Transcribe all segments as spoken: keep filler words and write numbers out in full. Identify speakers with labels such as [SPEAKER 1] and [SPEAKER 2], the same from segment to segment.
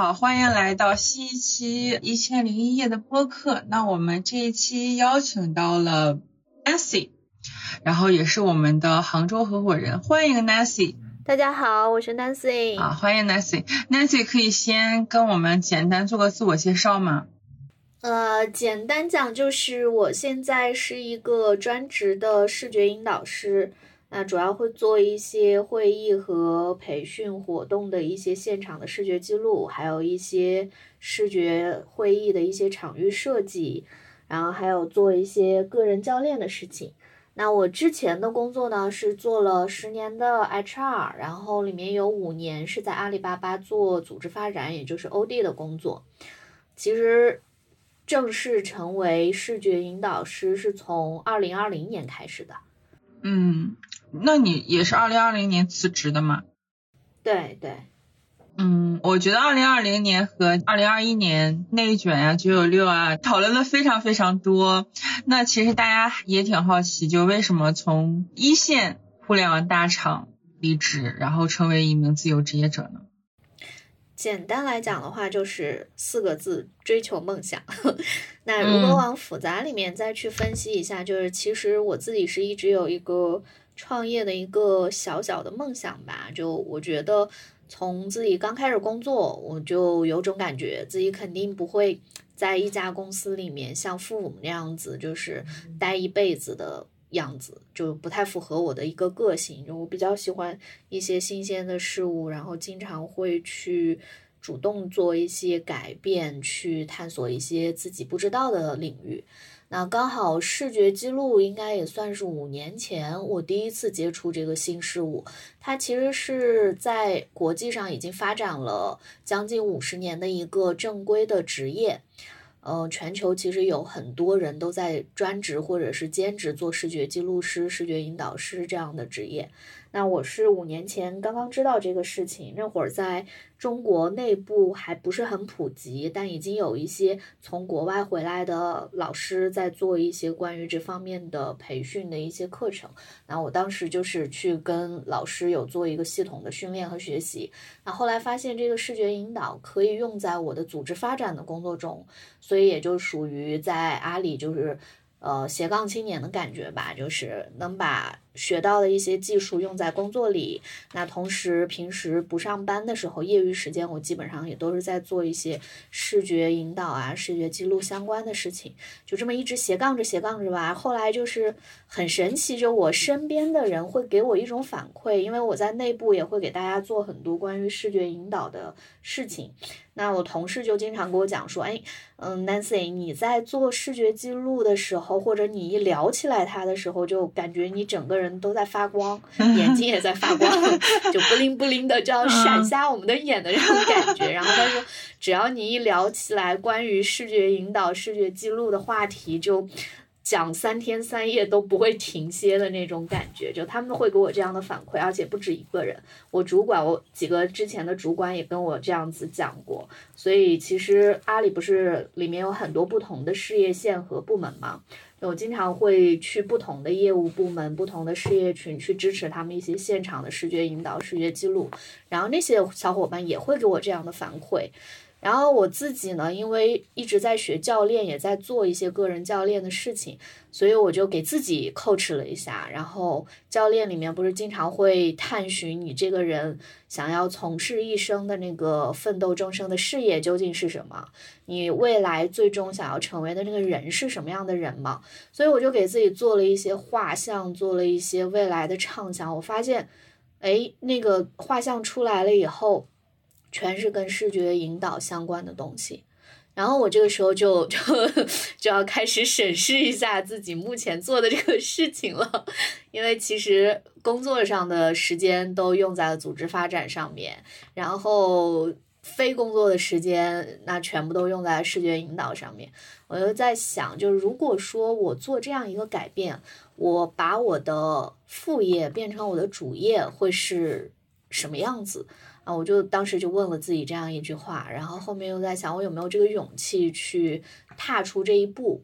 [SPEAKER 1] 好，欢迎来到新一期一千零一夜的播客。那我们这一期邀请到了 Nancy， 然后也是我们的杭州合伙人，欢迎 Nancy。
[SPEAKER 2] 大家好，我是 Nancy。
[SPEAKER 1] 啊，欢迎 Nancy。Nancy 可以先跟我们简单做个自我介绍吗？
[SPEAKER 2] 呃，简单讲就是我现在是一个专职的视觉引导师，那主要会做一些会议和培训活动的一些现场的视觉记录，还有一些视觉会议的一些场域设计，然后还有做一些个人教练的事情。那我之前的工作呢是做了十年的 H R， 然后里面有五年是在阿里巴巴做组织发展，也就是 O D 的工作。其实正式成为视觉引导师是从二零二零年开始的。
[SPEAKER 1] 嗯，那你也是二零二零年辞职的吗？
[SPEAKER 2] 对对。
[SPEAKER 1] 嗯，我觉得二零二零年和二零二一年内卷啊、九九六啊讨论的非常非常多。那其实大家也挺好奇，就为什么从一线互联网大厂离职，然后成为一名自由职业者呢？
[SPEAKER 2] 简单来讲的话就是四个字，追求梦想。那如果往复杂里面再去分析一下，就是其实我自己是一直有一个创业的一个小小的梦想吧。就我觉得从自己刚开始工作，我就有种感觉自己肯定不会在一家公司里面像父母那样子就是待一辈子的样子，就不太符合我的一个个性。就我比较喜欢一些新鲜的事物，然后经常会去主动做一些改变，去探索一些自己不知道的领域。那刚好视觉记录应该也算是五年前我第一次接触这个新事物，它其实是在国际上已经发展了将近五十年的一个正规的职业。呃，全球其实有很多人都在专职或者是兼职做视觉记录师、视觉引导师这样的职业。那我是五年前刚刚知道这个事情，那会儿在中国内部还不是很普及，但已经有一些从国外回来的老师在做一些关于这方面的培训的一些课程。那我当时就是去跟老师有做一个系统的训练和学习。那后来发现这个视觉引导可以用在我的组织发展的工作中，所以也就属于在阿里就是呃斜杠青年的感觉吧，就是能把学到的一些技术用在工作里。那同时平时不上班的时候，业余时间我基本上也都是在做一些视觉引导啊、视觉记录相关的事情，就这么一直斜杠着斜杠着吧。后来就是很神奇，就我身边的人会给我一种反馈，因为我在内部也会给大家做很多关于视觉引导的事情。那我同事就经常跟我讲说，哎，嗯 ，Nancy， 你在做视觉记录的时候，或者你一聊起来它的时候，就感觉你整个人都在发光，眼睛也在发光，就不灵不灵的，就要闪瞎我们的眼的这种感觉。然后他说，只要你一聊起来关于视觉引导、视觉记录的话题，就讲三天三夜都不会停歇的那种感觉。就他们会给我这样的反馈，而且不止一个人，我主管我几个之前的主管也跟我这样子讲过。所以其实阿里不是里面有很多不同的事业线和部门吗？我经常会去不同的业务部门、不同的事业群去支持他们一些现场的视觉引导、视觉记录，然后那些小伙伴也会给我这样的反馈。然后我自己呢，因为一直在学教练，也在做一些个人教练的事情，所以我就给自己 coach 了一下。然后教练里面不是经常会探寻你这个人想要从事一生的那个奋斗终生的事业究竟是什么，你未来最终想要成为的那个人是什么样的人嘛？所以我就给自己做了一些画像，做了一些未来的畅想。我发现，哎，那个画像出来了以后，全是跟视觉引导相关的东西。然后我这个时候就就就要开始审视一下自己目前做的这个事情了，因为其实工作上的时间都用在了组织发展上面，然后非工作的时间那全部都用在视觉引导上面。我就在想，就是如果说我做这样一个改变，我把我的副业变成我的主业会是什么样子啊？我就当时就问了自己这样一句话，然后后面又在想我有没有这个勇气去踏出这一步。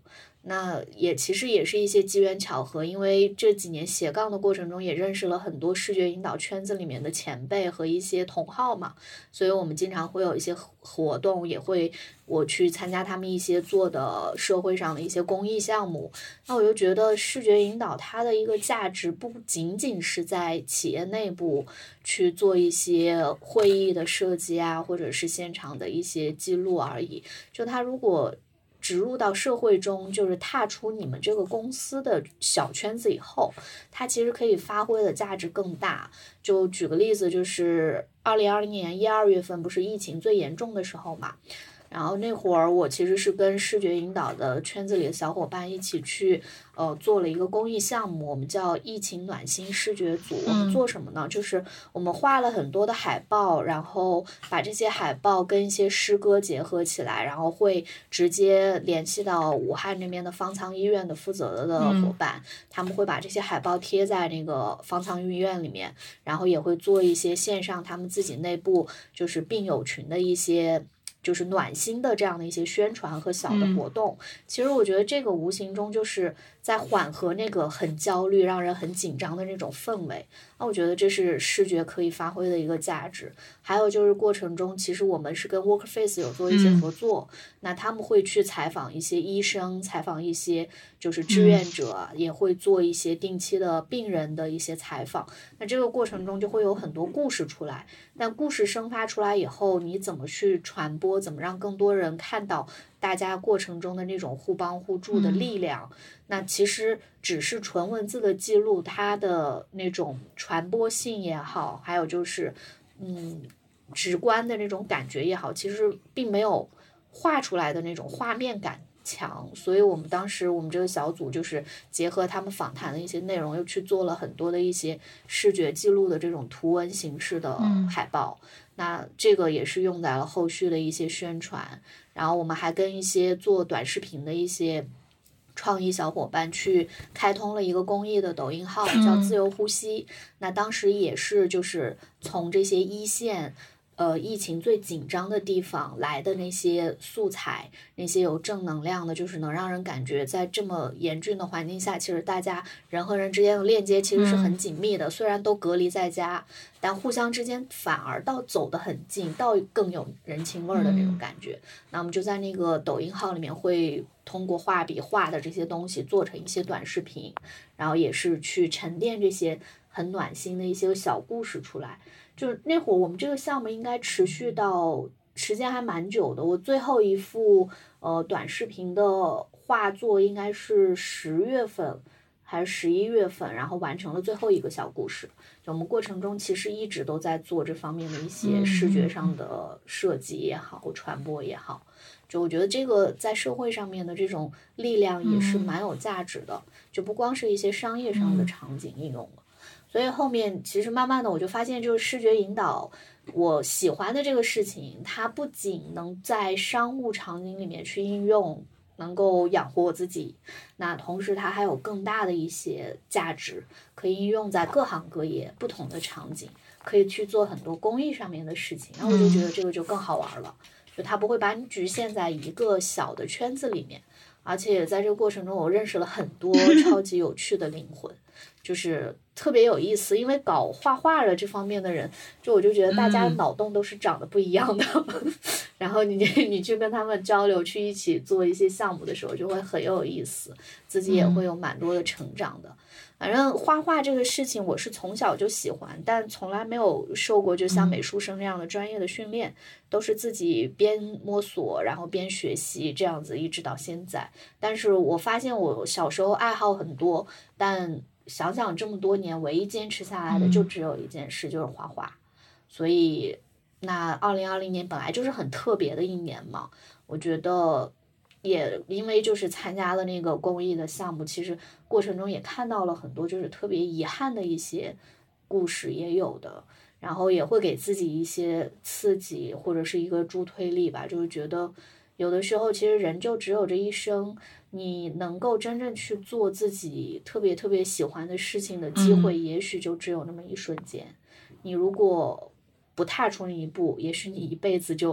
[SPEAKER 2] 那也其实也是一些机缘巧合，因为这几年斜杠的过程中也认识了很多视觉引导圈子里面的前辈和一些同好嘛，所以我们经常会有一些活动，也会我去参加他们一些做的社会上的一些公益项目。那我就觉得视觉引导它的一个价值不仅仅是在企业内部去做一些会议的设计啊，或者是现场的一些记录而已，就它如果植入到社会中，就是踏出你们这个公司的小圈子以后，它其实可以发挥的价值更大。就举个例子，就是二零二零年一二月份不是疫情最严重的时候嘛，然后那会儿我其实是跟视觉引导的圈子里的小伙伴一起去呃做了一个公益项目，我们叫疫情暖心视觉组。我们做什么呢？就是我们画了很多的海报，然后把这些海报跟一些诗歌结合起来，然后会直接联系到武汉那边的方舱医院的负责的伙伴，他们会把这些海报贴在那个方舱医院里面，然后也会做一些线上他们自己内部就是病友群的一些就是暖心的这样的一些宣传和小的活动、嗯、其实我觉得这个无形中就是在缓和那个很焦虑让人很紧张的那种氛围，那我觉得这是视觉可以发挥的一个价值。还有就是过程中其实我们是跟 Workface 有做一些合作、嗯、那他们会去采访一些医生，采访一些就是志愿者、嗯、也会做一些定期的病人的一些采访，那这个过程中就会有很多故事出来，但故事生发出来以后你怎么去传播，怎么让更多人看到大家过程中的那种互帮互助的力量、嗯、那其实只是纯文字的记录，它的那种传播性也好，还有就是嗯直观的那种感觉也好，其实并没有画出来的那种画面感强，所以我们当时我们这个小组就是结合他们访谈的一些内容，又去做了很多的一些视觉记录的这种图文形式的海报、嗯、那这个也是用在了后续的一些宣传，然后我们还跟一些做短视频的一些创意小伙伴去开通了一个公益的抖音号叫自由呼吸、嗯、那当时也是就是从这些一线呃，疫情最紧张的地方来的那些素材，那些有正能量的，就是能让人感觉在这么严峻的环境下，其实大家人和人之间的链接其实是很紧密的、嗯、虽然都隔离在家，但互相之间反而到走得很近，到更有人情味的那种感觉、嗯、那我们就在那个抖音号里面会通过画笔画的这些东西做成一些短视频，然后也是去沉淀这些很暖心的一些小故事出来。就是那会儿我们这个项目应该持续到时间还蛮久的，我最后一幅呃短视频的画作应该是十月份还是十一月份，然后完成了最后一个小故事。就我们过程中其实一直都在做这方面的一些视觉上的设计也好，传播也好，就我觉得这个在社会上面的这种力量也是蛮有价值的，就不光是一些商业上的场景应用了。所以后面其实慢慢的我就发现，就是视觉引导我喜欢的这个事情，它不仅能在商务场景里面去应用，能够养活我自己，那同时它还有更大的一些价值，可以应用在各行各业不同的场景，可以去做很多公益上面的事情，然后我就觉得这个就更好玩了，就它不会把你局限在一个小的圈子里面，而且在这个过程中我认识了很多超级有趣的灵魂就是特别有意思，因为搞画画的这方面的人，就我就觉得大家脑洞都是长得不一样的、嗯、然后你你去跟他们交流，去一起做一些项目的时候就会很有意思，自己也会有蛮多的成长的、嗯、反正画画这个事情我是从小就喜欢，但从来没有受过就像美术生这样的专业的训练、嗯、都是自己边摸索然后边学习这样子一直到现在。但是我发现我小时候爱好很多，但想想这么多年唯一坚持下来的就只有一件事、嗯、就是画画。所以那二零二零年本来就是很特别的一年嘛，我觉得也因为就是参加了那个公益的项目，其实过程中也看到了很多就是特别遗憾的一些故事也有的，然后也会给自己一些刺激或者是一个助推力吧，就是觉得有的时候其实人就只有这一生，你能够真正去做自己特别特别喜欢的事情的机会、嗯、也许就只有那么一瞬间，你如果不踏出那一步，也许你一辈子就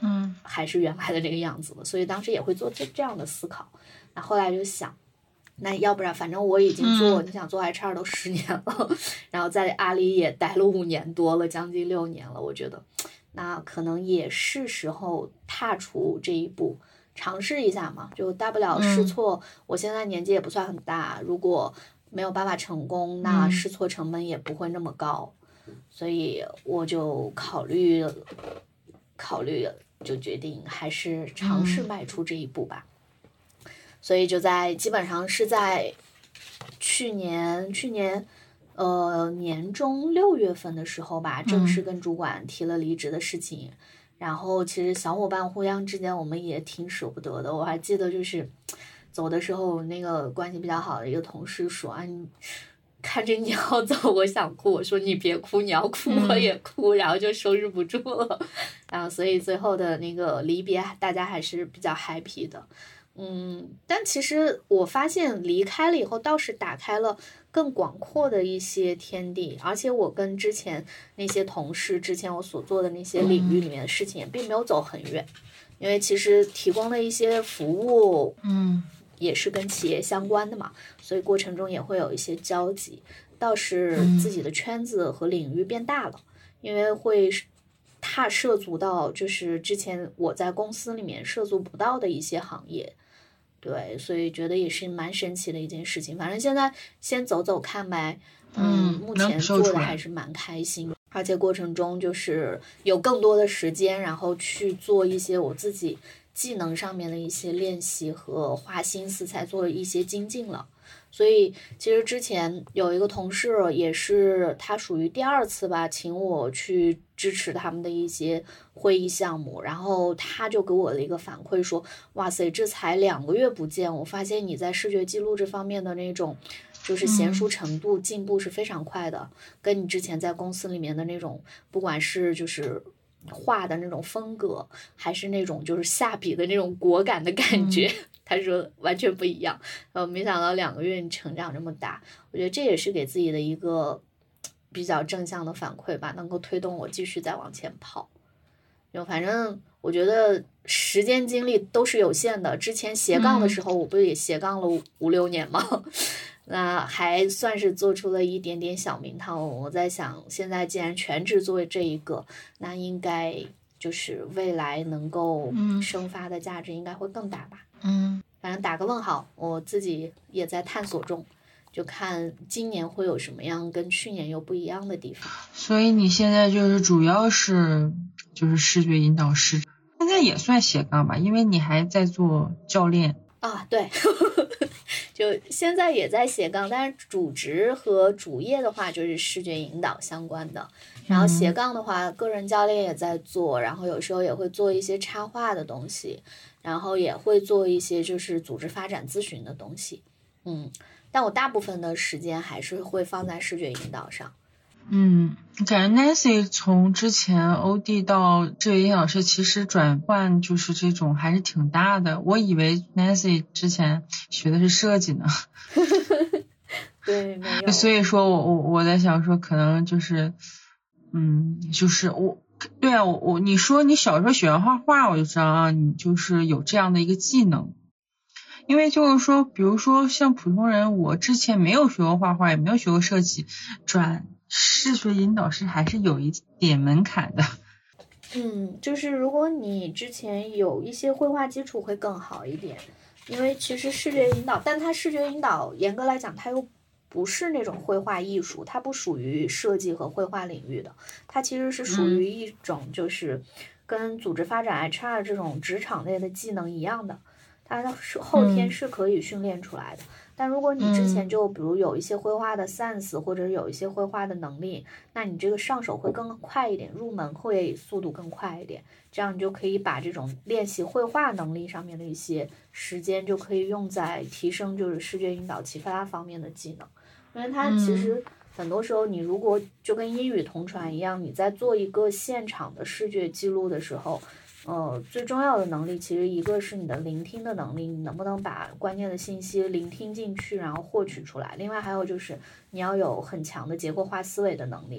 [SPEAKER 1] 嗯，
[SPEAKER 2] 还是原来的这个样子了，所以当时也会做这这样的思考。那后来就想，那要不然反正我已经做，
[SPEAKER 1] 嗯、
[SPEAKER 2] 你想做 H R 都十年了，然后在阿里也待了五年多了，将近六年了，我觉得那可能也是时候踏出这一步，尝试一下嘛，就大不了试错。嗯、我现在年纪也不算很大，如果没有办法成功，那试错成本也不会那么高，嗯、所以我就考虑考虑就决定还是尝试迈出这一步吧。嗯、所以就在基本上是在去年去年呃年中六月份的时候吧，正式跟主管提了离职的事情。嗯、然后其实小伙伴互相之间我们也挺舍不得的，我还记得就是走的时候，那个关系比较好的一个同事说啊，你看着你要走我想哭，我说你别哭，你要哭我也哭，嗯、然后就收拾不住了，然后所以最后的那个离别大家还是比较 happy 的。嗯，但其实我发现离开了以后倒是打开了更广阔的一些天地，而且我跟之前那些同事之前我所做的那些领域里面的事情也并没有走很远，因为其实提供的一些服务嗯也是跟企业相关的嘛，所以过程中也会有一些交集，倒是自己的圈子和领域变大了，因为会踏涉足到就是之前我在公司里面涉足不到的一些行业。对，所以觉得也是蛮神奇的一件事情。反正现在先走走看呗，嗯，目前做的还是蛮开心，而且过程中就是有更多的时间，然后去做一些我自己技能上面的一些练习和花心思，才做一些精进了。所以其实之前有一个同事也是他属于第二次吧，请我去支持他们的一些会议项目，然后他就给我了一个反馈说，哇塞，这才两个月不见，我发现你在视觉记录这方面的那种就是娴熟程度进步是非常快的，嗯、跟你之前在公司里面的那种不管是就是画的那种风格，还是那种就是下笔的那种果敢的感觉，嗯、他说完全不一样。呃，没想到两个月你成长这么大，我觉得这也是给自己的一个比较正向的反馈吧，能够推动我继续再往前跑。就反正我觉得时间精力都是有限的，之前斜杠的时候我不是也斜杠了五、嗯、五六年吗？那还算是做出了一点点小名堂。我在想现在既然全职做这一个，那应该就是未来能够生发的价值应该会更大吧。嗯，反正打个问号，我自己也在探索中，就看今年会有什么样跟去年有不一样的地方。
[SPEAKER 1] 所以你现在就是主要是就是视觉引导师，现在也算斜杠吧，因为你还在做教练
[SPEAKER 2] 啊。对就现在也在斜杠，但是主职和主业的话就是视觉引导相关的，然后斜杠的话、嗯、个人教练也在做，然后有时候也会做一些插画的东西，然后也会做一些就是组织发展咨询的东西。嗯，但我大部分的时间还是会放在视觉引导上。
[SPEAKER 1] 嗯，感觉 Nancy 从之前 O D 到视觉引导师其实转换就是这种还是挺大的，我以为 Nancy 之前学的是设计呢。
[SPEAKER 2] 对，没有。
[SPEAKER 1] 所以说我我我在想说可能就是嗯就是我对啊我我你说你小时候喜欢画画，我就知道啊你就是有这样的一个技能。因为就是说比如说像普通人，我之前没有学过画画，也没有学过设计，转视觉引导师还是有一点门槛的。
[SPEAKER 2] 嗯，就是如果你之前有一些绘画基础会更好一点，因为其实视觉引导，但它视觉引导严格来讲它又不是那种绘画艺术，它不属于设计和绘画领域的，它其实是属于一种就是跟组织发展 H R 这种职场类的技能一样的，它是后天是可以训练出来的。嗯，但如果你之前就比如有一些绘画的 sense 或者有一些绘画的能力，那你这个上手会更快一点，入门会速度更快一点，这样你就可以把这种练习绘画能力上面的一些时间就可以用在提升就是视觉引导启发方面的技能。因为它其实很多时候你如果就跟英语同传一样，你在做一个现场的视觉记录的时候，呃，最重要的能力其实一个是你的聆听的能力，你能不能把关键的信息聆听进去然后获取出来，另外还有就是你要有很强的结构化思维的能力，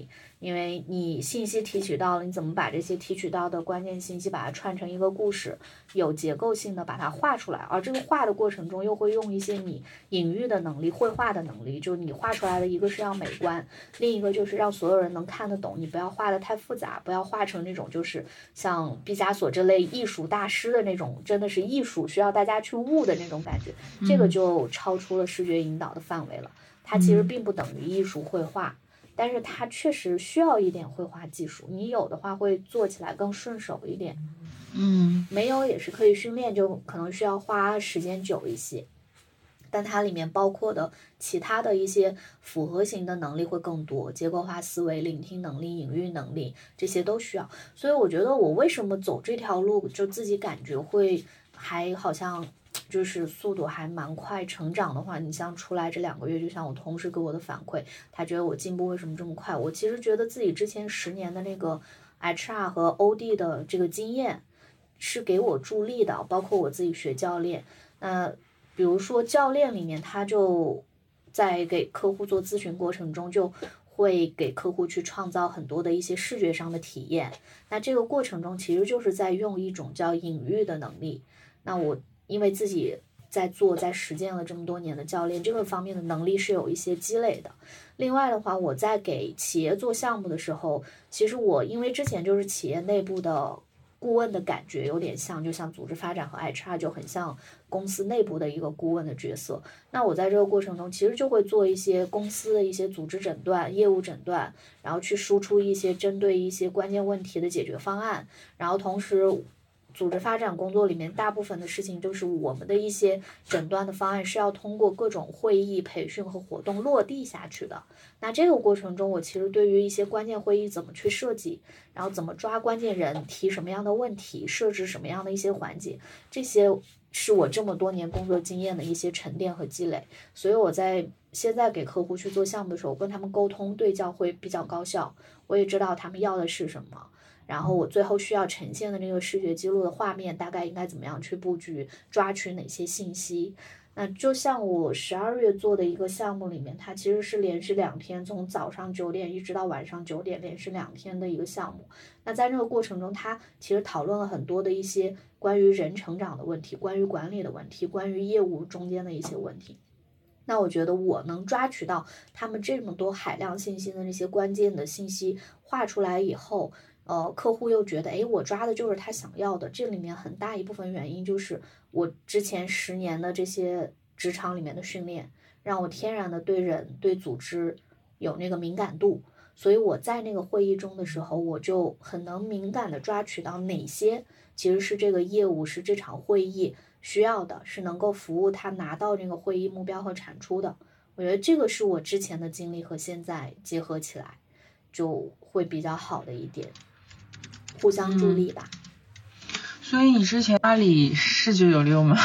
[SPEAKER 2] 因为你信息提取到了，你怎么把这些提取到的关键信息把它串成一个故事，有结构性的把它画出来，而这个画的过程中又会用一些你隐喻的能力、绘画的能力，就你画出来的一个是要美观，另一个就是让所有人能看得懂，你不要画的太复杂，不要画成那种就是像毕加索这类艺术大师的那种真的是艺术需要大家去悟的那种感觉，这个就超出了视觉引导的范围了。它其实并不等于艺术绘画，但是它确实需要一点绘画技术，你有的话会做起来更顺手一点，
[SPEAKER 1] 嗯，
[SPEAKER 2] 没有也是可以训练，就可能需要花时间久一些，但它里面包括的其他的一些复合型的能力会更多，结构化思维、聆听能力、隐喻能力这些都需要。所以我觉得我为什么走这条路，就自己感觉会还好像就是速度还蛮快，成长的话，你像出来这两个月，就像我同事给我的反馈，他觉得我进步为什么这么快？我其实觉得自己之前十年的那个 H R 和 O D 的这个经验是给我助力的，包括我自己学教练，那比如说教练里面，他就在给客户做咨询过程中就会给客户去创造很多的一些视觉上的体验，那这个过程中其实就是在用一种叫隐喻的能力。那我因为自己在做在实践了这么多年的教练，这个方面的能力是有一些积累的。另外的话，我在给企业做项目的时候，其实我因为之前就是企业内部的顾问的感觉有点像，就像组织发展和 H R 就很像公司内部的一个顾问的角色。那我在这个过程中其实就会做一些公司的一些组织诊断、业务诊断，然后去输出一些针对一些关键问题的解决方案，然后同时组织发展工作里面大部分的事情就是我们的一些诊断的方案是要通过各种会议、培训和活动落地下去的。那这个过程中，我其实对于一些关键会议怎么去设计，然后怎么抓关键人，提什么样的问题，设置什么样的一些环节，这些是我这么多年工作经验的一些沉淀和积累。所以我在现在给客户去做项目的时候，跟他们沟通对焦会比较高效，我也知道他们要的是什么，然后我最后需要呈现的那个视觉记录的画面大概应该怎么样去布局，抓取哪些信息。那就像我十二月做的一个项目里面，它其实是连续两天，从早上九点一直到晚上九点，连续两天的一个项目。那在这个过程中，它其实讨论了很多的一些关于人成长的问题，关于管理的问题，关于业务中间的一些问题。那我觉得我能抓取到他们这么多海量信息的那些关键的信息画出来以后，呃，客户又觉得，哎，我抓的就是他想要的。这里面很大一部分原因就是我之前十年的这些职场里面的训练，让我天然的对人、对组织有那个敏感度。所以我在那个会议中的时候，我就很能敏感的抓取到哪些其实是这个业务、是这场会议需要的，是能够服务他拿到这个会议目标和产出的。我觉得这个是我之前的经历和现在结合起来就会比较好的一点，互相助力吧。
[SPEAKER 1] 嗯、所以你之前阿里是九九六吗？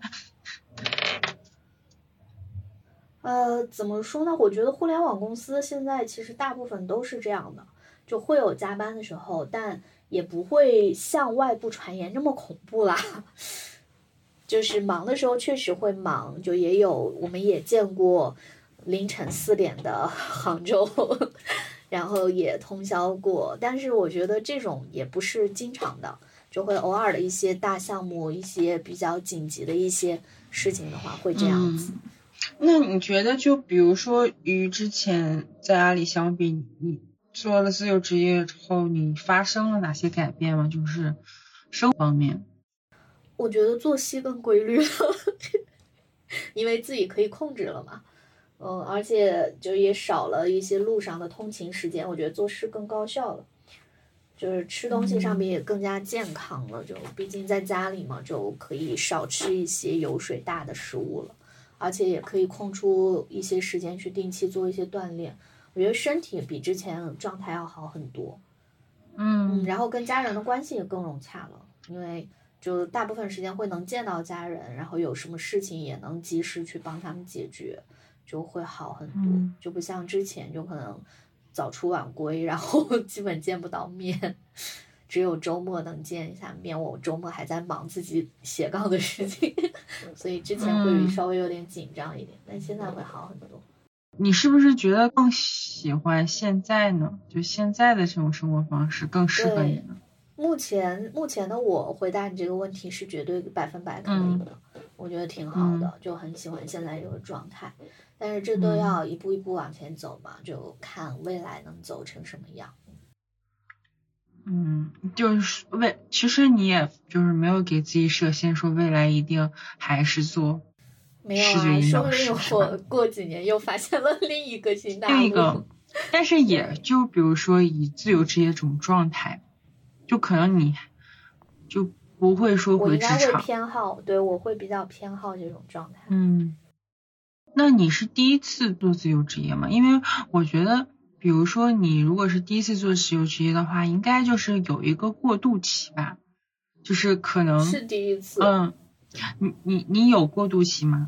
[SPEAKER 2] 呃，怎么说呢？我觉得互联网公司现在其实大部分都是这样的，就会有加班的时候，但也不会像外部传言这么恐怖啦。就是忙的时候确实会忙，就也有我们也见过凌晨四点的杭州，然后也通宵过，但是我觉得这种也不是经常的，就会偶尔的一些大项目，一些比较紧急的一些事情的话会这样子。
[SPEAKER 1] 嗯，那你觉得就比如说与之前在阿里相比，你做了自由职业之后，你发生了哪些改变吗？就是生活方面。
[SPEAKER 2] 我觉得作息更规律了，因为自己可以控制了嘛。嗯，而且就也少了一些路上的通勤时间，我觉得做事更高效了。就是吃东西上面也更加健康了，就毕竟在家里嘛，就可以少吃一些油水大的食物了，而且也可以空出一些时间去定期做一些锻炼。我觉得身体比之前状态要好很多。
[SPEAKER 1] 嗯，
[SPEAKER 2] 然后跟家人的关系也更融洽了，因为就大部分时间会能见到家人，然后有什么事情也能及时去帮他们解决，就会好很多。
[SPEAKER 1] 嗯、
[SPEAKER 2] 就不像之前就可能早出晚归，然后基本见不到面，只有周末能见一下面。我周末还在忙自己斜杠的事情，所以之前会稍微有点紧张一点，但现在会好很多。
[SPEAKER 1] 你是不是觉得更喜欢现在呢？就现在的这种生活方式更适合你呢？
[SPEAKER 2] 目前目前的我回答你这个问题是绝对百分百肯定的、嗯、我觉得挺好的、嗯、就很喜欢现在这个状态，但是这都要一步一步往前走嘛、嗯、就看未来能走成什么样。
[SPEAKER 1] 嗯，就是未，其实你也就是没有给自己设限说未来一定还是做
[SPEAKER 2] 没有啊，说不定我过几年又发现了另一个新大陆。
[SPEAKER 1] 另一个，但是也就比如说以自由职业这种状态，就可能你就不会说回职场。
[SPEAKER 2] 我应该会偏好，对，我会比较偏好这种状态。
[SPEAKER 1] 嗯，那你是第一次做自由职业吗？因为我觉得，比如说你如果是第一次做自由职业的话，应该就是有一个过渡期吧，就是可能
[SPEAKER 2] 是第一次。
[SPEAKER 1] 嗯，你你你有过渡期吗？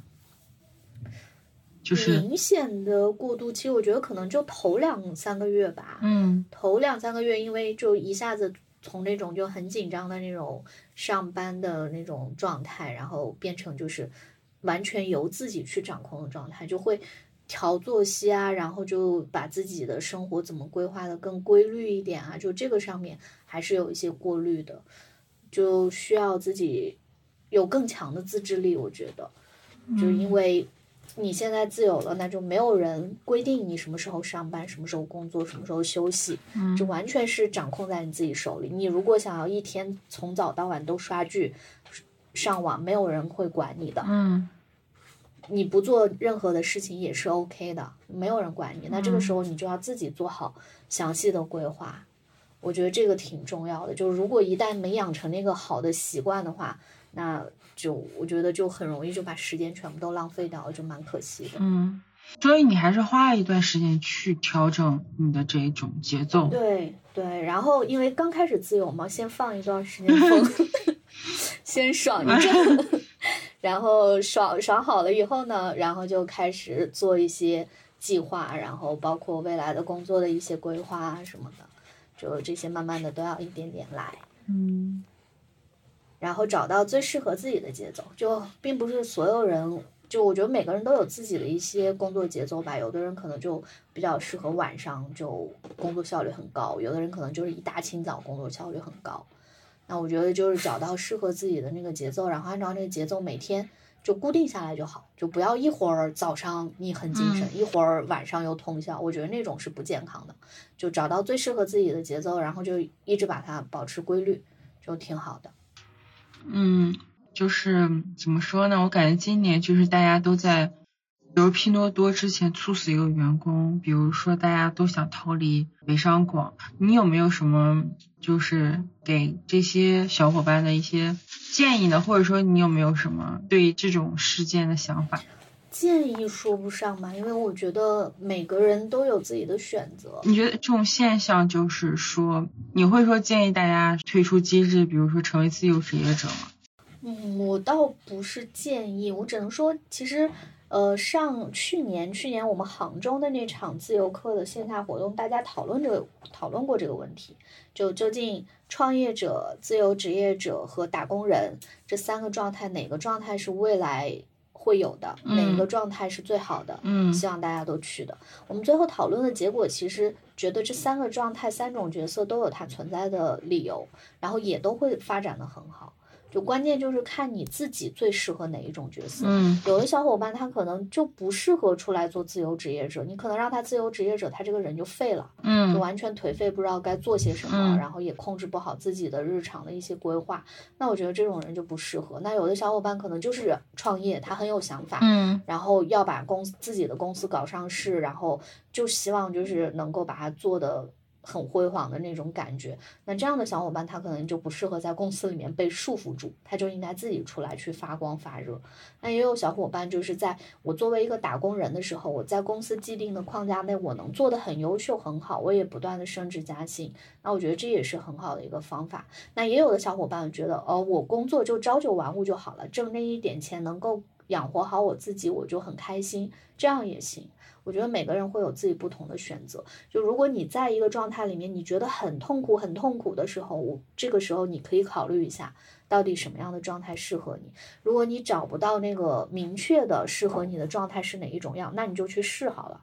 [SPEAKER 1] 就是
[SPEAKER 2] 明显的过渡期，我觉得可能就头两三个月吧。
[SPEAKER 1] 嗯，
[SPEAKER 2] 头两三个月，因为就一下子从那种就很紧张的那种上班的那种状态，然后变成就是完全由自己去掌控的状态，就会调作息啊，然后就把自己的生活怎么规划的更规律一点啊，就这个上面还是有一些过滤的，就需要自己有更强的自制力，我觉得，就因为你现在自由了，那就没有人规定你什么时候上班，什么时候工作，什么时候休息，
[SPEAKER 1] 嗯，
[SPEAKER 2] 就完全是掌控在你自己手里。你如果想要一天从早到晚都刷剧、上网，没有人会管你的。
[SPEAKER 1] 嗯，
[SPEAKER 2] 你不做任何的事情也是 OK 的，没有人管你。那这个时候你就要自己做好详细的规划。我觉得这个挺重要的。就是如果一旦没养成那个好的习惯的话，那就我觉得就很容易就把时间全部都浪费掉了，就蛮可惜的。
[SPEAKER 1] 嗯，所以你还是花了一段时间去调整你的这种节奏。
[SPEAKER 2] 对对，然后因为刚开始自由嘛，先放一段时间风，先爽一阵，然后爽爽好了以后呢，然后就开始做一些计划，然后包括未来的工作的一些规划啊什么的，就这些慢慢的都要一点点来。
[SPEAKER 1] 嗯。
[SPEAKER 2] 然后找到最适合自己的节奏，就并不是所有人，就我觉得每个人都有自己的一些工作节奏吧。有的人可能就比较适合晚上，就工作效率很高；有的人可能就是一大清早工作效率很高。那我觉得就是找到适合自己的那个节奏，然后按照那个节奏每天就固定下来就好，就不要一会儿早上你很精神，
[SPEAKER 1] 嗯、
[SPEAKER 2] 一会儿晚上又通宵，我觉得那种是不健康的。就找到最适合自己的节奏，然后就一直把它保持规律，就挺好的。
[SPEAKER 1] 嗯，就是怎么说呢？我感觉今年就是大家都在，比如拼多多之前猝死一个员工，比如说大家都想逃离北上广，你有没有什么就是给这些小伙伴的一些建议呢？或者说你有没有什么对这种事件的想法？
[SPEAKER 2] 建议说不上吧，因为我觉得每个人都有自己的选择。
[SPEAKER 1] 你觉得这种现象就是说，你会说建议大家退出机制，比如说成为自由职业者吗？
[SPEAKER 2] 嗯，我倒不是建议，我只能说，其实，呃，上去年去年我们杭州的那场自由课的线下活动，大家讨论这个讨论过这个问题，就究竟创业者、自由职业者和打工人这三个状态，哪个状态是未来会有的，
[SPEAKER 1] 嗯、
[SPEAKER 2] 哪一个状态是最好的，
[SPEAKER 1] 嗯，
[SPEAKER 2] 希望大家都去的。我们最后讨论的结果，其实觉得这三个状态、三种角色都有它存在的理由，然后也都会发展的很好。就关键就是看你自己最适合哪一种角色。
[SPEAKER 1] 嗯，
[SPEAKER 2] 有的小伙伴他可能就不适合出来做自由职业者，你可能让他自由职业者，他这个人就废了，
[SPEAKER 1] 嗯，
[SPEAKER 2] 就完全颓废，不知道该做些什么，
[SPEAKER 1] 嗯、
[SPEAKER 2] 然后也控制不好自己的日常的一些规划。那我觉得这种人就不适合。那有的小伙伴可能就是创业，他很有想法，
[SPEAKER 1] 嗯，
[SPEAKER 2] 然后要把公司自己的公司搞上市，然后就希望就是能够把它做的很辉煌的那种感觉。那这样的小伙伴他可能就不适合在公司里面被束缚住，他就应该自己出来去发光发热。那也有小伙伴就是在我作为一个打工人的时候，我在公司既定的框架内，我能做得很优秀很好，我也不断的升职加薪，那我觉得这也是很好的一个方法。那也有的小伙伴觉得哦，我工作就朝九晚五就好了，挣那一点钱能够养活好我自己，我就很开心，这样也行。我觉得每个人会有自己不同的选择，就如果你在一个状态里面你觉得很痛苦很痛苦的时候，这个时候你可以考虑一下到底什么样的状态适合你。如果你找不到那个明确的适合你的状态是哪一种样，那你就去试好了，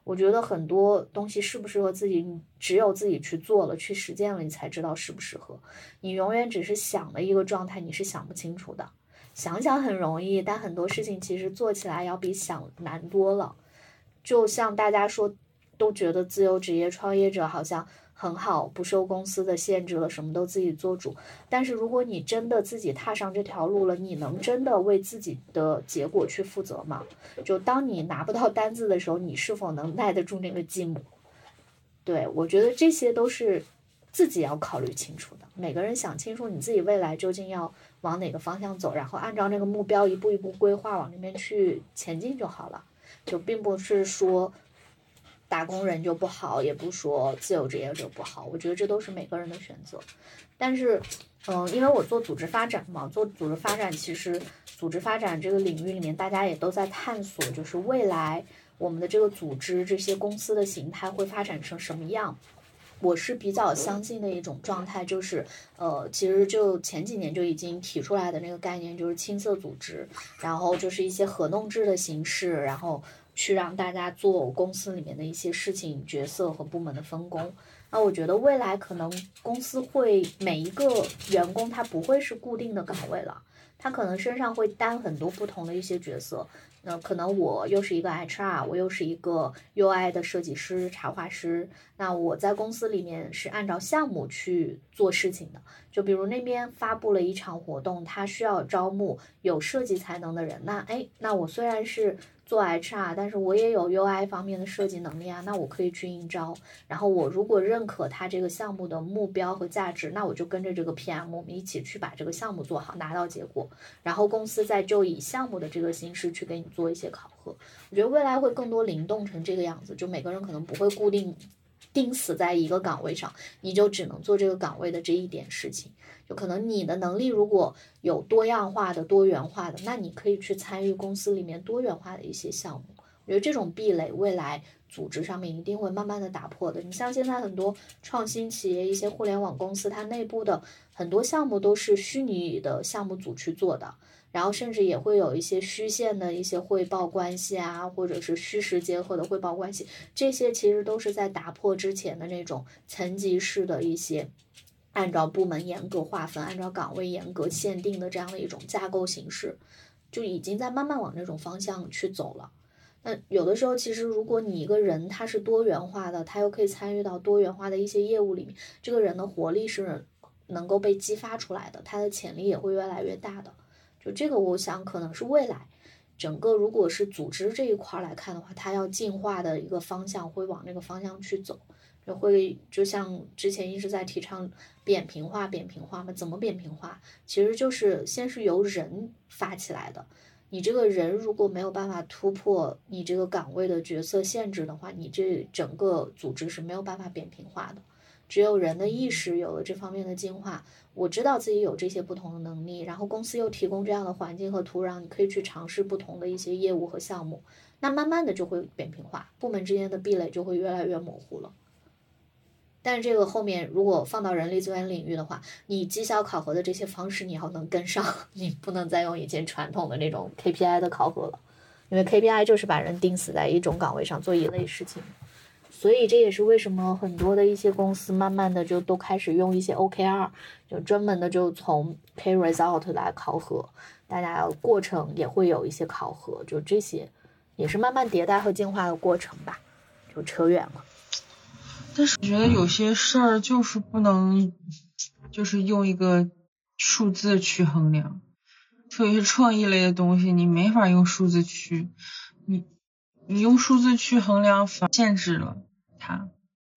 [SPEAKER 2] 我觉得很多东西适不适合自己，你只有自己去做了去实践了，你才知道适不适合。你永远只是想的一个状态，你是想不清楚的。想想很容易，但很多事情其实做起来要比想难多了。就像大家说都觉得自由职业创业者好像很好，不受公司的限制了，什么都自己做主。但是如果你真的自己踏上这条路了，你能真的为自己的结果去负责吗？就当你拿不到单子的时候，你是否能耐得住那个寂寞？对，我觉得这些都是自己要考虑清楚的。每个人想清楚你自己未来究竟要往哪个方向走，然后按照那个目标一步一步规划往那边去前进就好了。就并不是说打工人就不好，也不说自由职业者不好，我觉得这都是每个人的选择。但是嗯、呃，因为我做组织发展嘛，做组织发展，其实组织发展这个领域里面大家也都在探索，就是未来我们的这个组织这些公司的形态会发展成什么样。我是比较相信的一种状态，就是呃，其实就前几年就已经提出来的那个概念，就是青色组织，然后就是一些合同制的形式，然后去让大家做公司里面的一些事情、角色和部门的分工。那我觉得未来可能公司会每一个员工他不会是固定的岗位了，他可能身上会担很多不同的一些角色。那可能我又是一个 H R， 我又是一个 U I 的设计师、插画师。那我在公司里面是按照项目去做事情的。就比如那边发布了一场活动，它需要招募有设计才能的人。那哎，那我虽然是做 H R， 但是我也有 U I 方面的设计能力啊，那我可以去应招。然后我如果认可他这个项目的目标和价值，那我就跟着这个 P M 我们一起去把这个项目做好，拿到结果。然后公司再就以项目的这个形式去给你做一些考核。我觉得未来会更多灵动成这个样子，就每个人可能不会固定钉死在一个岗位上，你就只能做这个岗位的这一点事情。就可能你的能力如果有多样化的、多元化的，那你可以去参与公司里面多元化的一些项目。我觉得这种壁垒未来组织上面一定会慢慢的打破的。你像现在很多创新企业、一些互联网公司，它内部的很多项目都是虚拟的项目组去做的，然后甚至也会有一些虚线的一些汇报关系啊，或者是虚实结合的汇报关系，这些其实都是在打破之前的那种层级式的一些按照部门严格划分、按照岗位严格限定的这样的一种架构形式，就已经在慢慢往这种方向去走了。那有的时候其实如果你一个人他是多元化的，他又可以参与到多元化的一些业务里面，这个人的活力是能够被激发出来的，他的潜力也会越来越大的。就这个我想可能是未来整个如果是组织这一块来看的话，它要进化的一个方向会往那个方向去走。就会就像之前一直在提倡扁平化扁平化嘛，怎么扁平化？其实就是先是由人发起来的。你这个人如果没有办法突破你这个岗位的角色限制的话，你这整个组织是没有办法扁平化的。只有人的意识有了这方面的进化，我知道自己有这些不同的能力，然后公司又提供这样的环境和土壤，你可以去尝试不同的一些业务和项目，那慢慢的就会扁平化，部门之间的壁垒就会越来越模糊了。但是这个后面如果放到人力资源领域的话，你绩效考核的这些方式你要能跟上，你不能再用以前传统的那种 K P I 的考核了，因为 K P I 就是把人钉死在一种岗位上做一类事情。所以这也是为什么很多的一些公司慢慢的就都开始用一些 O K R， 就专门的就从 K result 来考核，大家过程也会有一些考核，就这些也是慢慢迭代和进化的过程吧，就扯远了。
[SPEAKER 1] 但是我觉得有些事儿就是不能就是用一个数字去衡量，特别是创意类的东西你没法用数字去你你用数字去衡量反限制了它。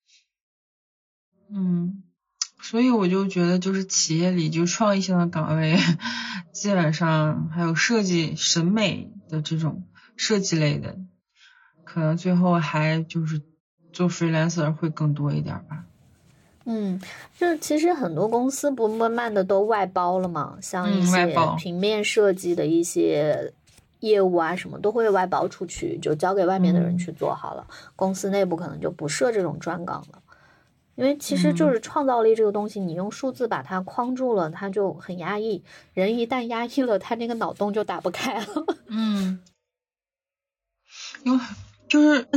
[SPEAKER 1] 嗯，所以我就觉得就是企业里就创意性的岗位基本上还有设计审美的这种设计类的可能最后还就是做 freelancer 会更多一点吧。
[SPEAKER 2] 嗯，就其实很多公司不慢慢的都外包了嘛，像一些平面设计的一些业务啊什么都会外包出去，就交给外面的人去做好了，嗯、公司内部可能就不设这种专岗了。因为其实就是创造力这个东西，你用数字把它框住了，它就很压抑。人一旦压抑了，他那个脑洞就打不开了。
[SPEAKER 1] 嗯，因为就是你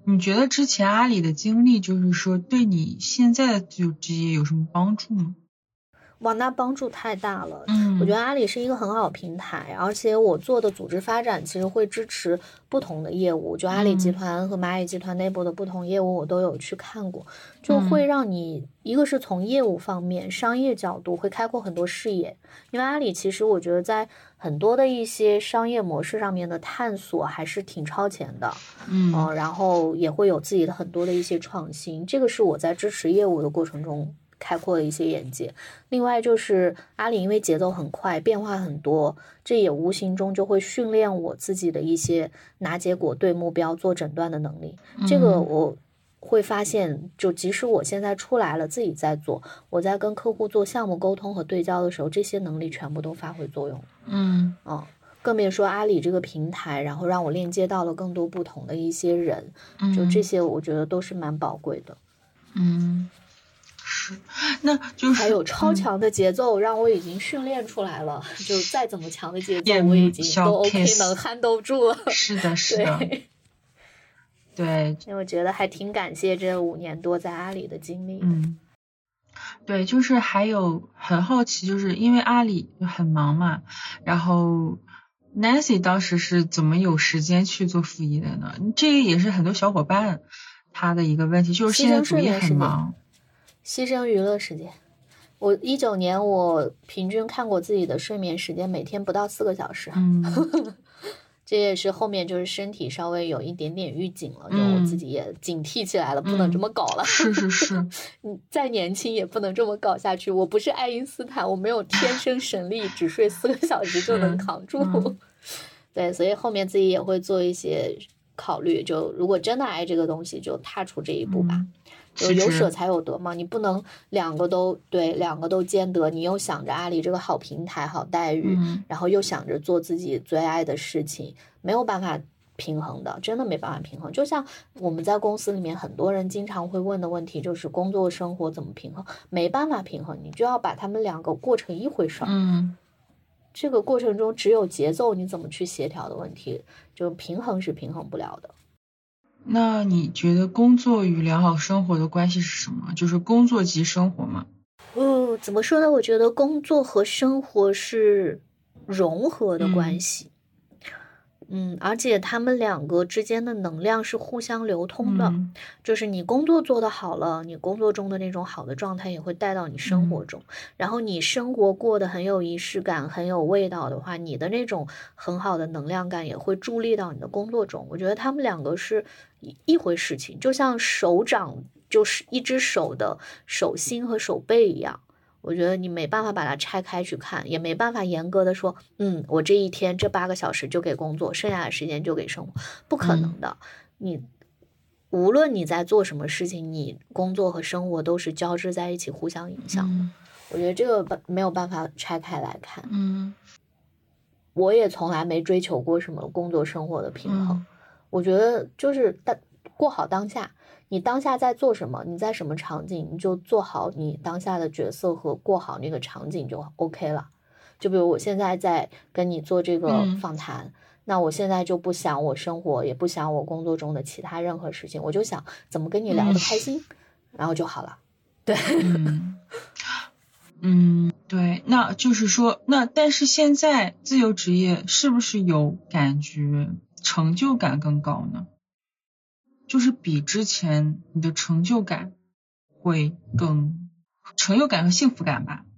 [SPEAKER 1] 你觉得之前阿里的经历就是说对你现在的自由职业有什么帮助吗？
[SPEAKER 2] 哇，那帮助太大了。
[SPEAKER 1] 嗯，
[SPEAKER 2] 我觉得阿里是一个很好的平台，而且我做的组织发展其实会支持不同的业务，就阿里集团和蚂蚁集团内部的不同业务我都有去看过，就会让你一个是从业务方面商业角度会开阔很多视野，因为阿里其实我觉得在很多的一些商业模式上面的探索还是挺超前的，
[SPEAKER 1] 嗯、
[SPEAKER 2] 呃，然后也会有自己的很多的一些创新，这个是我在支持业务的过程中开阔的一些眼界。另外就是阿里因为节奏很快，变化很多，这也无形中就会训练我自己的一些拿结果对目标做诊断的能力。这个我会发现，就即使我现在出来了自己在做，我在跟客户做项目沟通和对焦的时候，这些能力全部都发挥作用。
[SPEAKER 1] 嗯
[SPEAKER 2] 嗯，更别说阿里这个平台，然后让我链接到了更多不同的一些人，就这些我觉得都是蛮宝贵的。
[SPEAKER 1] 嗯，是，那就是
[SPEAKER 2] 还有超强的节奏，让我已经训练出来了。嗯、就再怎么强的节奏，
[SPEAKER 1] 也
[SPEAKER 2] 我已经都 OK
[SPEAKER 1] case
[SPEAKER 2] 能 handle 住了。
[SPEAKER 1] 是的，是的，
[SPEAKER 2] 对，
[SPEAKER 1] 对，
[SPEAKER 2] 因为我觉得还挺感谢这五年多在阿里的经历的。
[SPEAKER 1] 嗯，对，就是还有很好奇，就是因为阿里很忙嘛，然后 Nancy 当时是怎么有时间去做副业的呢？这个也是很多小伙伴他的一个问题，就是现在主业很忙，
[SPEAKER 2] 牺牲娱乐时间。我一九年我平均看过自己的睡眠时间，每天不到四个小时。
[SPEAKER 1] 嗯，
[SPEAKER 2] 这也是后面就是身体稍微有一点点预警了，就我自己也警惕起来了，
[SPEAKER 1] 嗯、
[SPEAKER 2] 不能这么搞了。
[SPEAKER 1] 是是是，
[SPEAKER 2] 你再年轻也不能这么搞下去。我不是爱因斯坦，我没有天生神力，只睡四个小时就能扛住。
[SPEAKER 1] 嗯、
[SPEAKER 2] 对，所以后面自己也会做一些考虑，就如果真的爱这个东西，就踏出这一步吧。
[SPEAKER 1] 嗯
[SPEAKER 2] 就有舍才有得嘛，你不能两个都对，两个都兼得。你又想着阿里这个好平台、好待遇，
[SPEAKER 1] 嗯、
[SPEAKER 2] 然后又想着做自己最爱的事情，没有办法平衡的，真的没办法平衡。就像我们在公司里面，很多人经常会问的问题，就是工作生活怎么平衡？没办法平衡，你就要把他们两个过成一回事儿。
[SPEAKER 1] 嗯，
[SPEAKER 2] 这个过程中只有节奏，你怎么去协调的问题，就平衡是平衡不了的。
[SPEAKER 1] 那你觉得工作与良好生活的关系是什么？就是工作即生活吗？
[SPEAKER 2] 哦，怎么说呢？我觉得工作和生活是融合的关系。嗯, 嗯，而且他们两个之间的能量是互相流通的。
[SPEAKER 1] 嗯、
[SPEAKER 2] 就是你工作做得好了，你工作中的那种好的状态也会带到你生活中。嗯、然后你生活过得很有仪式感，很有味道的话，你的那种很好的能量感也会助力到你的工作中。我觉得他们两个是一回事情，就像手掌就是一只手的手心和手背一样，我觉得你没办法把它拆开去看，也没办法严格的说，嗯，我这一天这八个小时就给工作，剩下的时间就给生活，不可能的。嗯、你无论你在做什么事情，你工作和生活都是交织在一起，互相影响的。
[SPEAKER 1] 嗯、
[SPEAKER 2] 我觉得这个没有办法拆开来看。
[SPEAKER 1] 嗯，
[SPEAKER 2] 我也从来没追求过什么工作生活的平衡。
[SPEAKER 1] 嗯、
[SPEAKER 2] 我觉得就是当过好当下，你当下在做什么，你在什么场景，你就做好你当下的角色和过好那个场景就 OK 了。就比如我现在在跟你做这个访谈。嗯，那我现在就不想我生活，也不想我工作中的其他任何事情，我就想怎么跟你聊得开心，嗯、然后就好了。对，
[SPEAKER 1] 嗯，嗯，对，那就是说，那但是现在自由职业是不是有感觉成就感更高呢？就是比之前你的成就感会更成就感和幸福感吧？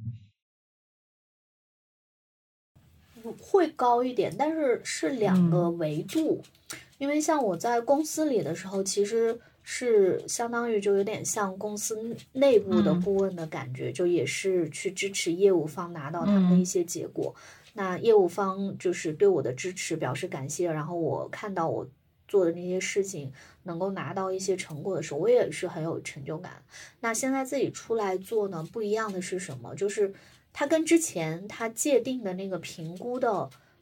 [SPEAKER 2] 会高一点，但是是两个维度。嗯、因为像我在公司里的时候，其实是相当于就有点像公司内部的顾问的感觉，嗯、就也是去支持业务方拿到他们的一些结果。嗯、那业务方就是对我的支持表示感谢，然后我看到我做的那些事情能够拿到一些成果的时候，我也是很有成就感。那现在自己出来做呢，不一样的是什么？就是它跟之前它界定的那个评估的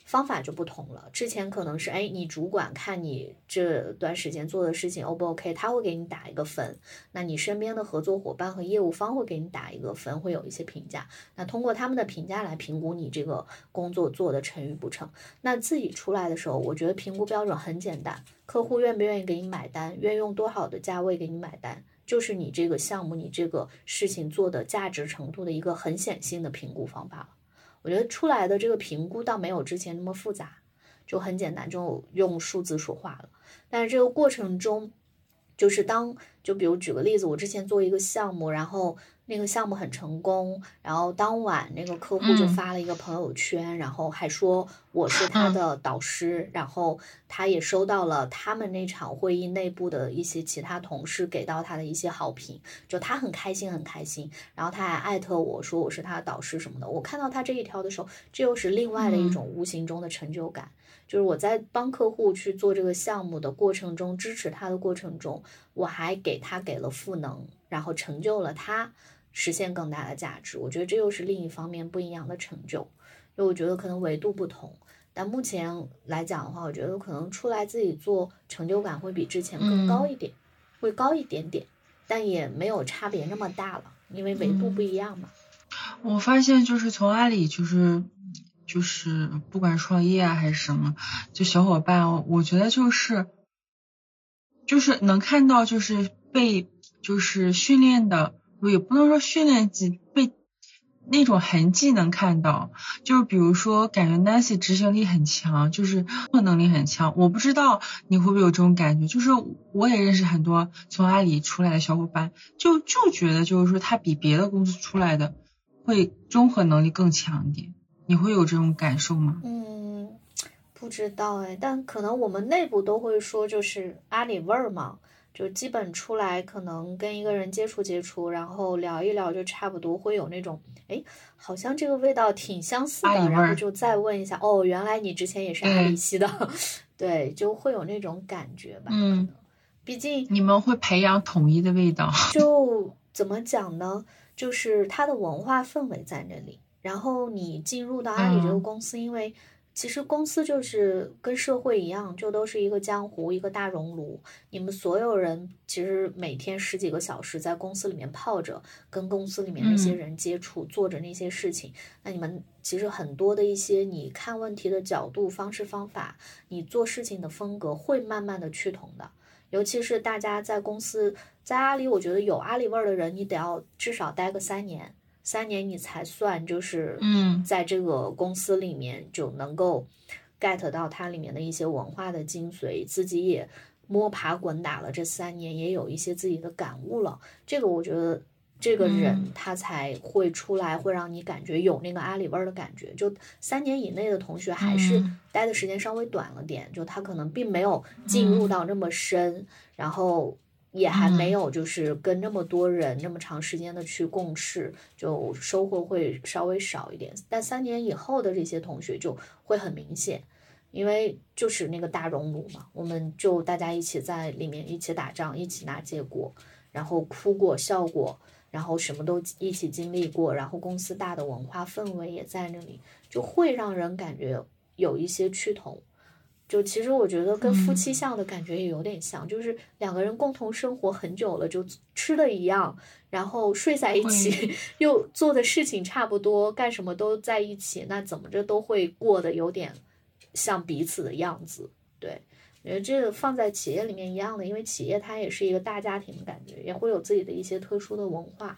[SPEAKER 2] 方法就不同了。之前可能是哎，你主管看你这段时间做的事情 O 不 OK， 他会给你打一个分，那你身边的合作伙伴和业务方会给你打一个分，会有一些评价，那通过他们的评价来评估你这个工作做的成与不成。那自己出来的时候，我觉得评估标准很简单，客户愿不愿意给你买单，愿意用多少的价位给你买单，就是你这个项目你这个事情做的价值程度的一个很显性的评估方法了。我觉得出来的这个评估倒没有之前那么复杂，就很简单，就用数字说话了。但是这个过程中，就是当就比如举个例子，我之前做一个项目，然后那个项目很成功，然后当晚那个客户就发了一个朋友圈，嗯、然后还说我是他的导师，嗯、然后他也收到了他们那场会议内部的一些其他同事给到他的一些好评，就他很开心很开心，然后他还艾特我说我是他的导师什么的。我看到他这一条的时候，这又是另外的一种无形中的成就感。嗯就是我在帮客户去做这个项目的过程中，支持他的过程中，我还给他给了赋能，然后成就了他实现更大的价值。我觉得这又是另一方面不一样的成就，就我觉得可能维度不同，但目前来讲的话，我觉得可能出来自己做成就感会比之前更高一点，嗯、会高一点点，但也没有差别那么大了，因为维度不一样嘛。
[SPEAKER 1] 嗯、我发现就是从阿里就是就是不管创业啊还是什么，就小伙伴，我觉得就是就是能看到就是被就是训练的，也不能说训练机被那种痕迹能看到，就是比如说感觉 Nancy 执行力很强，就是能力很强。我不知道你会不会有这种感觉，就是我也认识很多从阿里出来的小伙伴，就就觉得就是说他比别的公司出来的会综合能力更强一点。你会有这种感受吗？
[SPEAKER 2] 嗯，不知道哎，但可能我们内部都会说，就是阿里味儿嘛，就基本出来可能跟一个人接触接触，然后聊一聊，就差不多会有那种，哎，好像这个味道挺相似的，然后就再问一下，哦，原来你之前也是阿里系的，对，就会有那种感觉吧。
[SPEAKER 1] 嗯，
[SPEAKER 2] 毕竟
[SPEAKER 1] 你们会培养统一的味道。
[SPEAKER 2] 就怎么讲呢？就是它的文化氛围在那里。然后你进入到阿里这个公司，嗯、因为其实公司就是跟社会一样，就都是一个江湖，一个大熔炉。你们所有人其实每天十几个小时在公司里面泡着，跟公司里面那些人接触，嗯、做着那些事情。那你们其实很多的一些你看问题的角度、方式、方法，你做事情的风格会慢慢的趋同的。尤其是大家在公司，在阿里，我觉得有阿里味儿的人，你得要至少待个三年。三年你才算就是在这个公司里面就能够 get 到它里面的一些文化的精髓，自己也摸爬滚打了这三年，也有一些自己的感悟了。这个我觉得这个人他才会出来，会让你感觉有那个阿里味儿的感觉。就三年以内的同学还是待的时间稍微短了点，就他可能并没有进入到那么深，然后也还没有就是跟那么多人那么长时间的去共事，就收获会稍微少一点。但三年以后的这些同学就会很明显，因为就是那个大熔炉嘛，我们就大家一起在里面一起打仗，一起拿结果，然后哭过笑过，然后什么都一起经历过，然后公司大的文化氛围也在那里，就会让人感觉有一些趋同。就其实我觉得跟夫妻相的感觉也有点像，嗯、就是两个人共同生活很久了，就吃的一样，然后睡在一起，又做的事情差不多，干什么都在一起，那怎么着都会过得有点像彼此的样子。对，我觉得这个放在企业里面一样的，因为企业它也是一个大家庭的感觉，也会有自己的一些特殊的文化。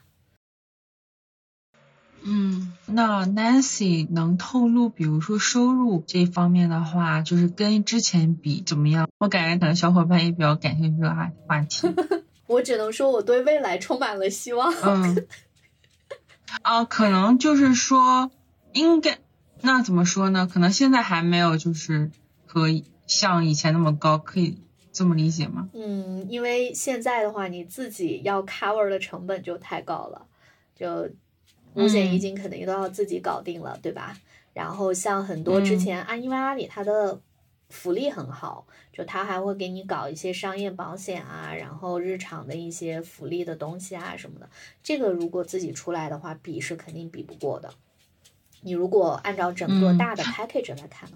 [SPEAKER 1] 嗯，那 Nancy 能透露比如说收入这一方面的话，就是跟之前比怎么样？我感觉可能小伙伴也比较感兴趣这个话题。
[SPEAKER 2] 我只能说我对未来充满了希望。
[SPEAKER 1] 嗯，啊，可能就是说应该那怎么说呢？可能现在还没有就是和像以前那么高，可以这么理解吗？
[SPEAKER 2] 嗯，因为现在的话你自己要 cover 的成本就太高了，就五险一金肯定都要自己搞定了，嗯、对吧？然后像很多之前啊，嗯、因为阿里它的福利很好，就它还会给你搞一些商业保险啊，然后日常的一些福利的东西啊什么的。这个如果自己出来的话，比是肯定比不过的。你如果按照整个大的 package 来看的话，嗯、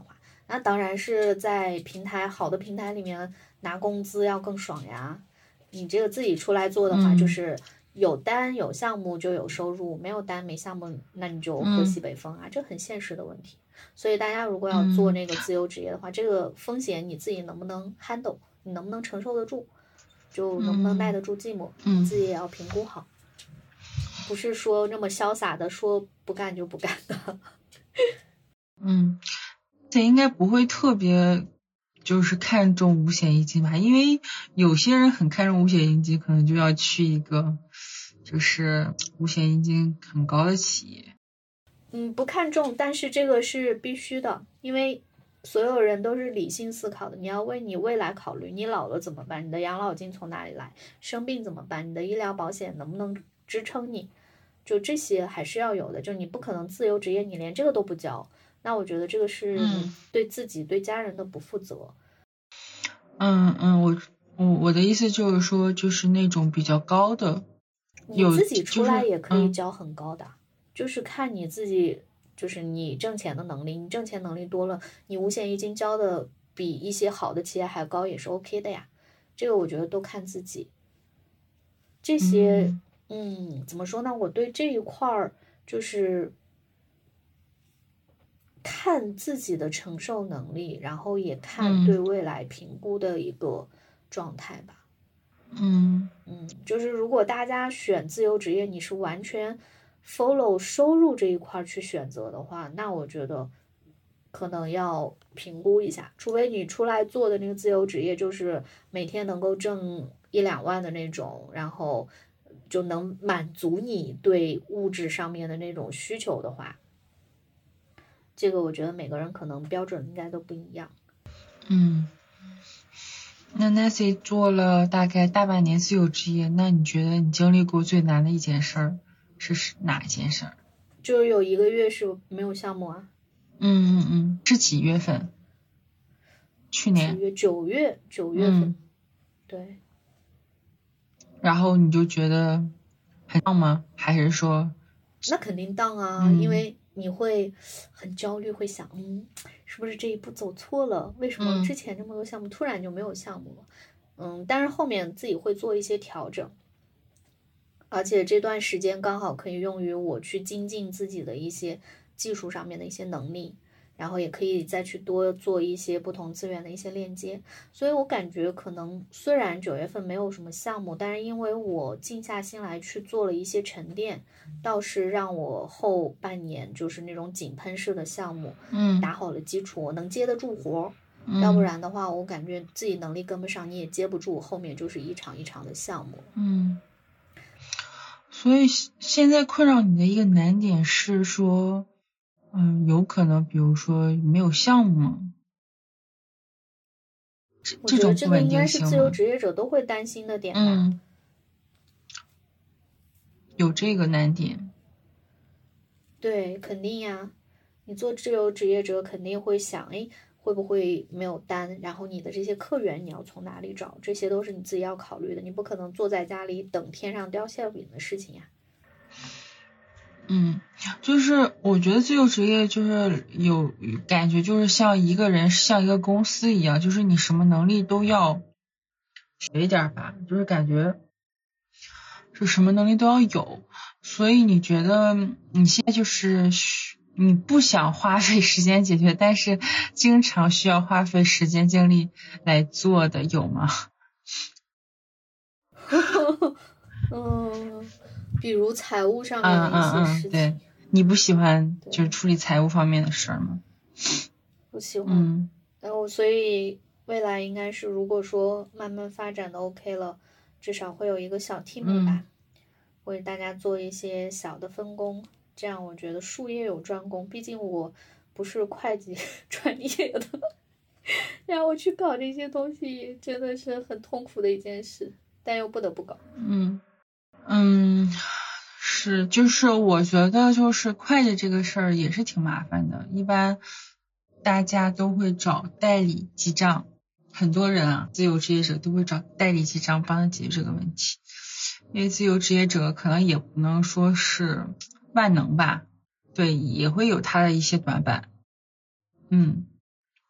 [SPEAKER 2] 那当然是在平台好的平台里面拿工资要更爽呀。你这个自己出来做的话，就是有单有项目就有收入，没有单没项目，那你就喝西北风啊，这很现实的问题。所以大家如果要做那个自由职业的话，这个风险你自己能不能 handle， 你能不能承受得住，就能不能耐得住寂寞，你自己也要评估好，不是说那么潇洒的说不干就不干的。
[SPEAKER 1] 嗯，这应该不会特别就是看重五险一金吧，因为有些人很看重五险一金，可能就要去一个就是五险一金很高的企业。
[SPEAKER 2] 嗯，不看重，但是这个是必须的，因为所有人都是理性思考的，你要为你未来考虑，你老了怎么办？你的养老金从哪里来？生病怎么办？你的医疗保险能不能支撑你？就这些还是要有的，就你不可能自由职业你连这个都不交，那我觉得这个是你对自己、嗯、对家人的不负责。
[SPEAKER 1] 嗯嗯，我我我的意思就是说，就是那种比较高的，
[SPEAKER 2] 你自己出来也可以交很高的、嗯、就是看你自己，就是你挣钱的能力，你挣钱能力多了，你五险一金交的比一些好的企业还高也是 OK 的呀，这个我觉得都看自己。这些 嗯, 嗯怎么说呢，我对这一块儿就是看自己的承受能力，然后也看对未来评估的一个状态吧。
[SPEAKER 1] 嗯
[SPEAKER 2] 嗯，就是如果大家选自由职业，你是完全 follow 收入这一块去选择的话，那我觉得可能要评估一下，除非你出来做的那个自由职业就是每天能够挣一两万的那种，然后就能满足你对物质上面的那种需求的话，这个我觉得每个人可能标准应该都不一样。
[SPEAKER 1] 嗯，那 Nancy 做了大概大半年自由职业，那你觉得你经历过最难的一件事儿是哪一件事儿？
[SPEAKER 2] 就是有一个月是没有项目啊。
[SPEAKER 1] 嗯嗯嗯，是几月份？去年？
[SPEAKER 2] 几月？九月，九月份、嗯。对。
[SPEAKER 1] 然后你就觉得很荡吗？还是说？
[SPEAKER 2] 那肯定荡啊、
[SPEAKER 1] 嗯，
[SPEAKER 2] 因为你会很焦虑，会想，嗯，是不是这一步走错了？为什么之前这么多项目、嗯、突然就没有项目了？嗯，但是后面自己会做一些调整，而且这段时间刚好可以用于我去精进自己的一些技术上面的一些能力，然后也可以再去多做一些不同资源的一些链接，所以我感觉可能虽然九月份没有什么项目，但是因为我静下心来去做了一些沉淀，倒是让我后半年就是那种井喷式的项目，
[SPEAKER 1] 嗯，
[SPEAKER 2] 打好了基础，我能接得住活、
[SPEAKER 1] 嗯、
[SPEAKER 2] 要不然的话我感觉自己能力跟不上，你也接不住，后面就是一场一场的项目。
[SPEAKER 1] 嗯，所以现在困扰你的一个难点是说嗯，有可能比如说没有项目吗？
[SPEAKER 2] 我觉得这个应该是自由职业者都会担心的点吧。
[SPEAKER 1] 嗯，有这个难点。
[SPEAKER 2] 对，肯定呀。你做自由职业者肯定会想，哎，会不会没有单？然后你的这些客源你要从哪里找？这些都是你自己要考虑的。你不可能坐在家里等天上掉馅饼的事情呀。
[SPEAKER 1] 嗯，就是我觉得自由职业就是有感觉，就是像一个人像一个公司一样，就是你什么能力都要学一点吧，就是感觉就什么能力都要有。所以你觉得你现在就是你不想花费时间解决，但是经常需要花费时间精力来做的有吗？
[SPEAKER 2] 嗯，比如财务上面的一些事情。
[SPEAKER 1] 嗯嗯嗯，对，你不喜欢就是处理财务方面的事儿吗？
[SPEAKER 2] 不喜欢。
[SPEAKER 1] 嗯，
[SPEAKER 2] 然后所以未来应该是如果说慢慢发展的 OK 了，至少会有一个小 team 吧、嗯、为大家做一些小的分工，这样我觉得术业有专攻，毕竟我不是会计专业的，然后我去搞这些东西真的是很痛苦的一件事，但又不得不搞。
[SPEAKER 1] 嗯嗯，是，就是我觉得就是会计这个事儿也是挺麻烦的，一般大家都会找代理记账，很多人啊，自由职业者都会找代理记账帮他解决这个问题，因为自由职业者可能也不能说是万能吧，对，也会有他的一些短板。嗯，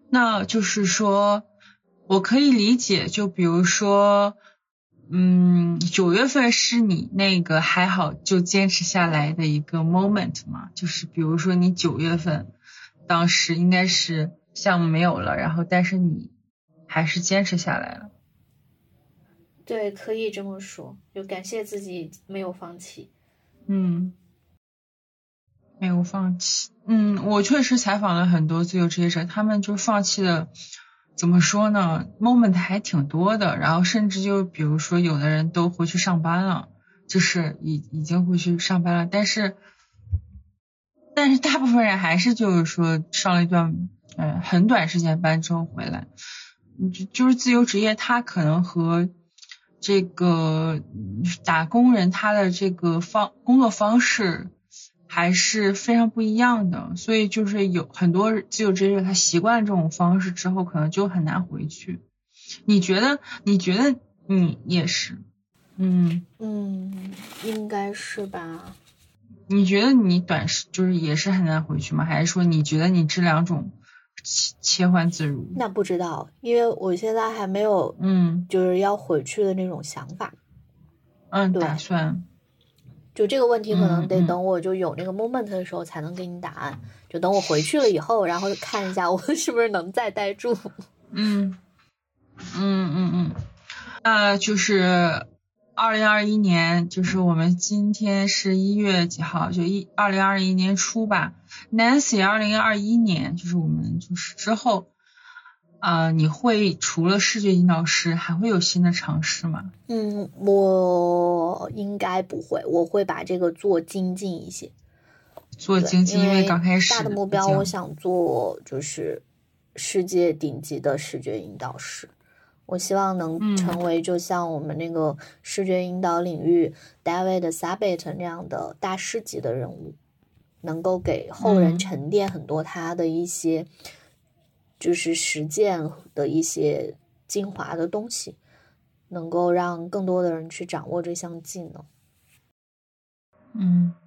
[SPEAKER 1] 那就是说我可以理解，就比如说嗯，九月份是你那个还好就坚持下来的一个 moment 嘛，就是比如说你九月份当时应该是项目没有了，然后但是你还是坚持下来了。
[SPEAKER 2] 对，可以这么说，就感谢自己没有放弃。
[SPEAKER 1] 嗯，没有放弃。嗯，我确实采访了很多自由职业者，他们就放弃的怎么说呢 moment 还挺多的，然后甚至就比如说有的人都回去上班了，就是已已经回去上班了，但是但是大部分人还是就是说上了一段呃很短时间班之后回来，就就是自由职业他可能和这个打工人他的这个方工作方式还是非常不一样的，所以就是有很多自由职业者他习惯这种方式之后可能就很难回去。你觉得你觉得你也是？嗯
[SPEAKER 2] 嗯，应该是吧。
[SPEAKER 1] 你觉得你短时就是也是很难回去吗？还是说你觉得你这两种切切换自如？
[SPEAKER 2] 那不知道，因为我现在还没有
[SPEAKER 1] 嗯
[SPEAKER 2] 就是要回去的那种想法。
[SPEAKER 1] 嗯，
[SPEAKER 2] 对
[SPEAKER 1] 打算
[SPEAKER 2] 就这个问题可能得
[SPEAKER 1] 嗯嗯
[SPEAKER 2] 等我就有那个 moment 的时候才能给你答案，就等我回去了以后，然后看一下我是不是能再待住。
[SPEAKER 1] 嗯嗯嗯嗯，那就是二零二一年，就是我们今天是一月几号，就一二零二一年初吧。Nancy 二零二一年就是我们就是之后啊、呃，你会除了视觉引导师，还会有新的尝试吗？
[SPEAKER 2] 嗯，我应该不会，我会把这个做精进一些。
[SPEAKER 1] 做经济，因为刚开始
[SPEAKER 2] 大的目标，我想做就是世界顶级的视觉引导师。我希望能成为就像我们那个视觉引导领域 David Sabat 那样的大师级的人物，能够给后人沉淀很多他的一些就是实践的一些精华的东西，能够让更多的人去掌握这项技能。
[SPEAKER 1] 嗯。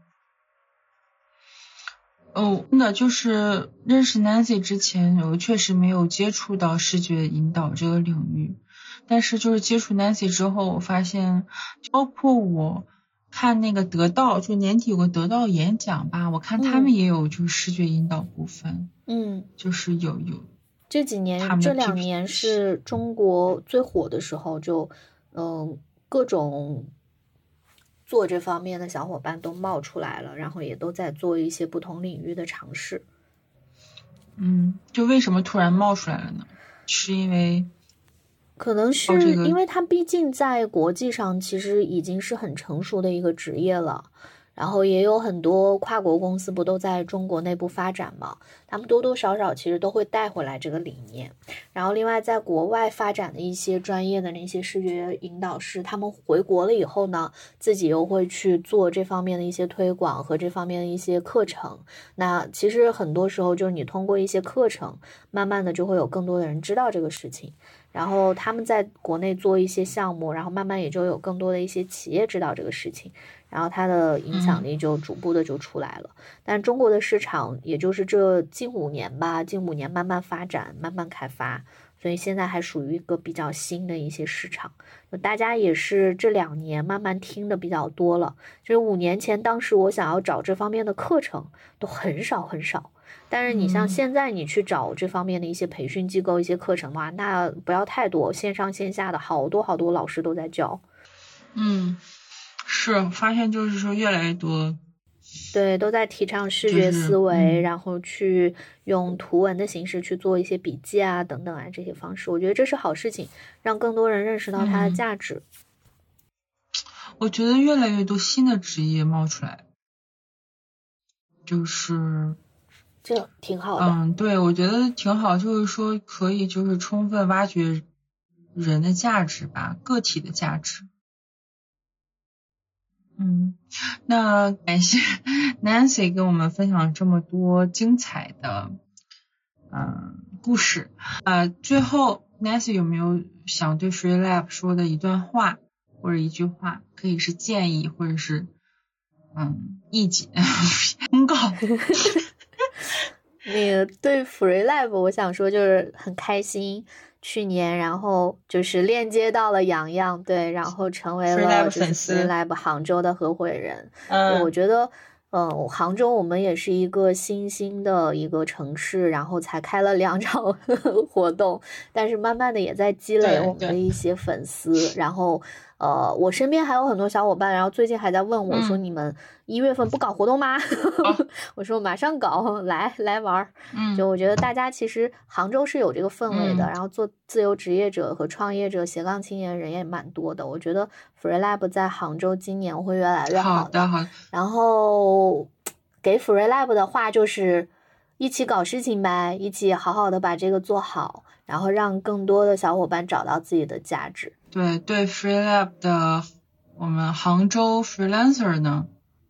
[SPEAKER 1] 哦，那就是认识 Nancy 之前，我确实没有接触到视觉引导这个领域，但是就是接触 Nancy 之后，我发现，包括我看那个得到，就年底有个得到演讲吧，我看他们也有就是视觉引导部分，
[SPEAKER 2] 嗯，
[SPEAKER 1] 就是有有
[SPEAKER 2] 这几年这两年是中国最火的时候，就嗯各种做这方面的小伙伴都冒出来了，然后也都在做一些不同领域的尝试。
[SPEAKER 1] 嗯，就为什么突然冒出来了呢？是因为
[SPEAKER 2] 可能是因为它毕竟在国际上其实已经是很成熟的一个职业了，然后也有很多跨国公司不都在中国内部发展嘛，他们多多少少其实都会带回来这个理念。然后另外在国外发展的一些专业的那些视觉引导师，他们回国了以后呢，自己又会去做这方面的一些推广和这方面的一些课程。那其实很多时候就是你通过一些课程，慢慢的就会有更多的人知道这个事情，然后他们在国内做一些项目，然后慢慢也就有更多的一些企业知道这个事情，然后它的影响力就逐步的就出来了。嗯、但中国的市场也就是这近五年吧，近五年慢慢发展，慢慢开发，所以现在还属于一个比较新的一些市场。就大家也是这两年慢慢听的比较多了，就是五年前当时我想要找这方面的课程都很少很少。但是你像现在你去找这方面的一些培训机构、一些课程的话，那不要太多，线上线下的好多好多老师都在教。
[SPEAKER 1] 嗯，是发现就是说越来越多，
[SPEAKER 2] 对，都在提倡视觉思维，
[SPEAKER 1] 就是嗯、
[SPEAKER 2] 然后去用图文的形式去做一些笔记啊等等啊这些方式，我觉得这是好事情，让更多人认识到它的价值。
[SPEAKER 1] 嗯、我觉得越来越多新的职业冒出来，就是
[SPEAKER 2] 这挺好的。
[SPEAKER 1] 嗯，对，我觉得挺好，就是说可以就是充分挖掘人的价值吧，个体的价值。嗯，那感谢 Nancy 跟我们分享这么多精彩的嗯故事。呃，最后 Nancy 有没有想对 Free Lab 说的一段话或者一句话，可以是建议或者是嗯意见公告？
[SPEAKER 2] 那个对 FreeLab 我想说就是很开心，去年然后就是链接到了洋洋，对，然后成为了就是 FreeLab 杭州的合伙人。
[SPEAKER 1] 嗯，
[SPEAKER 2] 我觉得嗯，杭州我们也是一个新兴的一个城市，然后才开了两场活动，但是慢慢的也在积累我们的一些粉丝，然后呃，我身边还有很多小伙伴，然后最近还在问我说、嗯、你们一月份不搞活动吗？哦、我说马上搞，来来玩。嗯，就我觉得大家其实杭州是有这个氛围的、嗯、然后做自由职业者和创业者斜杠青年人也蛮多的，我觉得 FreeLab 在杭州今年会越来越好的。
[SPEAKER 1] 好的，
[SPEAKER 2] 然后给 FreeLab 的话就是一起搞事情呗，一起好好的把这个做好，然后让更多的小伙伴找到自己的价值。
[SPEAKER 1] 对对 FreeLab 的我们杭州 freelancer 呢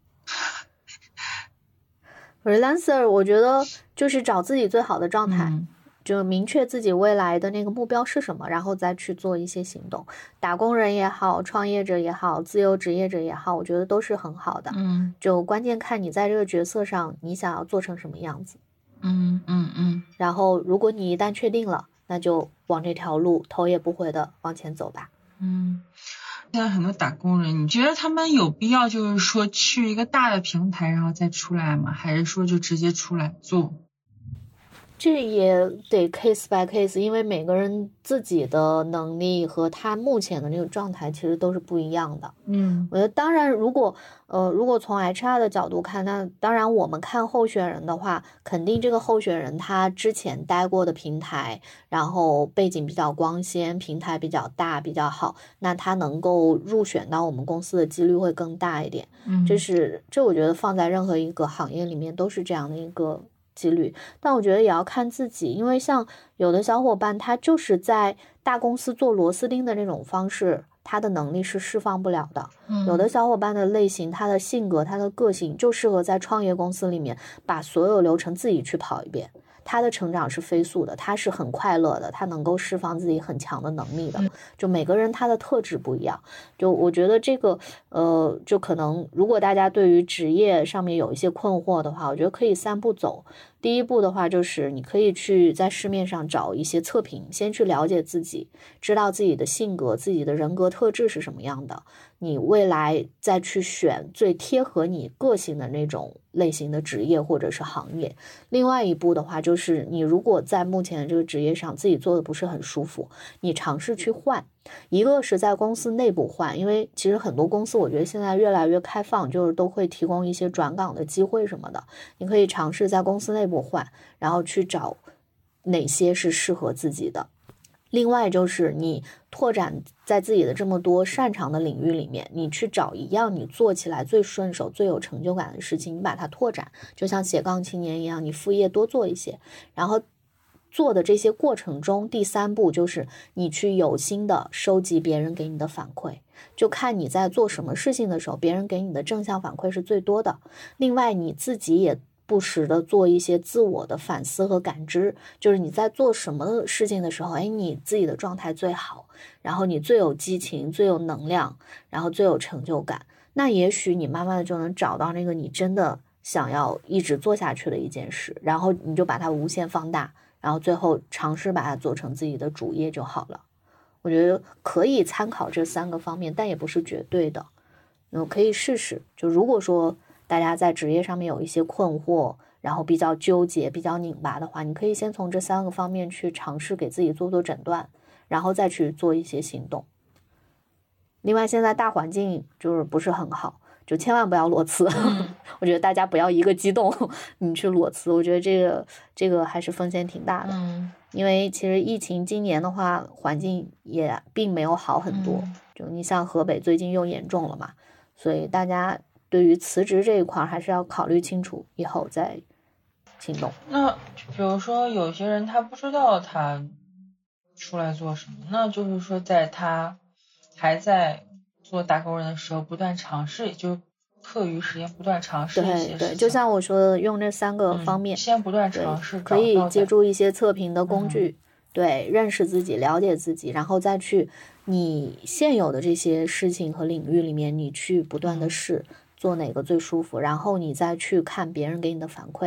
[SPEAKER 2] freelancer 我觉得就是找自己最好的状态、嗯、就明确自己未来的那个目标是什么，然后再去做一些行动。打工人也好，创业者也好，自由职业者也好，我觉得都是很好的。
[SPEAKER 1] 嗯，
[SPEAKER 2] 就关键看你在这个角色上你想要做成什么样子。
[SPEAKER 1] 嗯嗯嗯。
[SPEAKER 2] 然后如果你一旦确定了，那就往这条路头也不回的往前走吧。
[SPEAKER 1] 嗯，现在很多打工人，你觉得他们有必要就是说去一个大的平台然后再出来吗？还是说就直接出来做？
[SPEAKER 2] 这也得 case by case， 因为每个人自己的能力和他目前的这个状态其实都是不一样的。
[SPEAKER 1] 嗯，
[SPEAKER 2] 我觉得当然如果呃如果从 H R 的角度看，那当然我们看候选人的话，肯定这个候选人他之前待过的平台，然后背景比较光鲜，平台比较大比较好，那他能够入选到我们公司的几率会更大一点。
[SPEAKER 1] 嗯，
[SPEAKER 2] 这是这我觉得放在任何一个行业里面都是这样的一个几率，但我觉得也要看自己，因为像有的小伙伴他就是在大公司做螺丝钉的那种方式，他的能力是释放不了的、
[SPEAKER 1] 嗯、
[SPEAKER 2] 有的小伙伴的类型，他的性格他的个性就适合在创业公司里面把所有流程自己去跑一遍，他的成长是飞速的，他是很快乐的，他能够释放自己很强的能力的。就每个人他的特质不一样，就我觉得这个呃，就可能如果大家对于职业上面有一些困惑的话，我觉得可以三步走。第一步的话就是你可以去在市面上找一些测评，先去了解自己，知道自己的性格自己的人格特质是什么样的，你未来再去选最贴合你个性的那种类型的职业或者是行业。另外一步的话就是你如果在目前的这个职业上自己做的不是很舒服，你尝试去换，一个是在公司内部换，因为其实很多公司我觉得现在越来越开放，就是都会提供一些转岗的机会什么的，你可以尝试在公司内部换，然后去找哪些是适合自己的。另外就是你拓展在自己的这么多擅长的领域里面，你去找一样你做起来最顺手最有成就感的事情，你把它拓展，就像斜杠青年一样，你副业多做一些，然后做的这些过程中，第三步就是你去有心的收集别人给你的反馈，就看你在做什么事情的时候别人给你的正向反馈是最多的。另外你自己也不时的做一些自我的反思和感知，就是你在做什么事情的时候，哎，你自己的状态最好，然后你最有激情最有能量，然后最有成就感，那也许你慢慢的就能找到那个你真的想要一直做下去的一件事，然后你就把它无限放大，然后最后尝试把它做成自己的主业就好了。我觉得可以参考这三个方面，但也不是绝对的，嗯，可以试试。就如果说大家在职业上面有一些困惑，然后比较纠结比较拧巴的话，你可以先从这三个方面去尝试给自己做做诊断，然后再去做一些行动。另外现在大环境就是不是很好，就千万不要裸辞、嗯、我觉得大家不要一个激动你去裸辞，我觉得这个这个还是风险挺大的、
[SPEAKER 1] 嗯、
[SPEAKER 2] 因为其实疫情今年的话环境也并没有好很多、嗯、就你像河北最近又严重了嘛，所以大家对于辞职这一块还是要考虑清楚以后再行动。
[SPEAKER 1] 那比如说有些人他不知道他出来做什么，那就是说在他还在做打工人的时候不断尝试，也就课余时间不断尝试一些事情。
[SPEAKER 2] 对对，就像我说的用这三个方面、
[SPEAKER 1] 嗯、先不断尝试，
[SPEAKER 2] 可以借助一些测评的工具、嗯、对，认识自己了解自己，然后再去你现有的这些事情和领域里面你去不断的试、嗯、做哪个最舒服，然后你再去看别人给你的反馈，还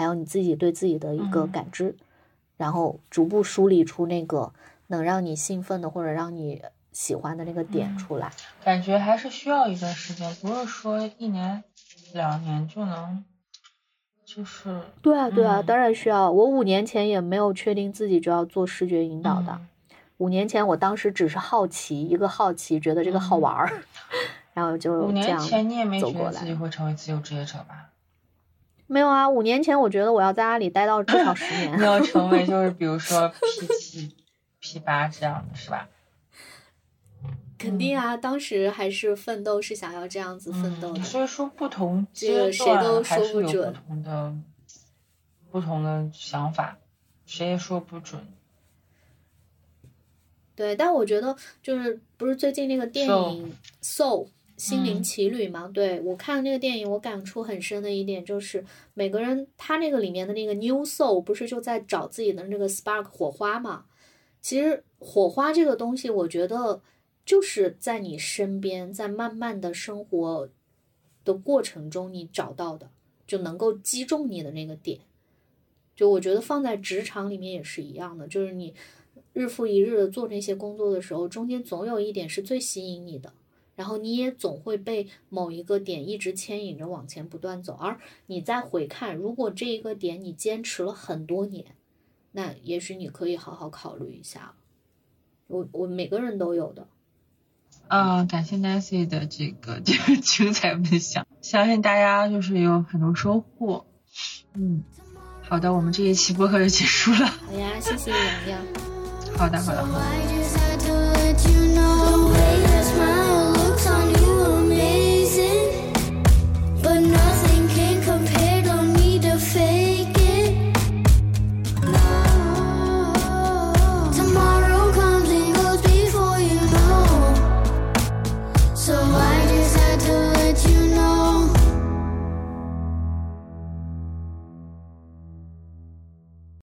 [SPEAKER 2] 还有你自己对自己的一个感知、嗯、然后逐步梳理出那个能让你兴奋的或者让你喜欢的那个点出来、嗯、
[SPEAKER 1] 感觉还是需要一段时间，不是说一年两年就能就是
[SPEAKER 2] 对啊对啊、嗯、当然需要。我五年前也没有确定自己就要做视觉引导的、嗯、五年前我当时只是好奇，一个好奇觉得这个好玩、嗯、然后就
[SPEAKER 1] 五年前你也没
[SPEAKER 2] 觉得
[SPEAKER 1] 自己会成为自由职业者吧？
[SPEAKER 2] 没有啊，五年前我觉得我要在阿里待到至少十年
[SPEAKER 1] 你要成为就是比如说 P 七 P 八这样的是吧？
[SPEAKER 2] 肯定啊、嗯、当时还是奋斗是想要这样子奋斗的、
[SPEAKER 1] 嗯、所以说不同阶段
[SPEAKER 2] 谁都说不准，
[SPEAKER 1] 还是有不同的不同的想法，谁也说不准。
[SPEAKER 2] 对，但我觉得就是不是最近那个电影 Soul 心灵奇旅嘛、嗯、对，我看那个电影我感触很深的一点就是每个人他那个里面的那个 New Soul 不是就在找自己的那个 Spark 火花嘛，其实火花这个东西我觉得就是在你身边，在慢慢的生活的过程中你找到的，就能够击中你的那个点。就我觉得放在职场里面也是一样的，就是你日复一日的做那些工作的时候，中间总有一点是最吸引你的，然后你也总会被某一个点一直牵引着往前不断走。而你再回看，如果这一个点你坚持了很多年，那也许你可以好好考虑一下。我我每个人都有的。
[SPEAKER 1] 啊，感谢 Nancy 的这个这个精彩分享，相信大家就是有很多收获。嗯，好的，我们这一期播客就结束了。
[SPEAKER 2] 好呀，谢谢洋洋。
[SPEAKER 1] 好的，好的，好的。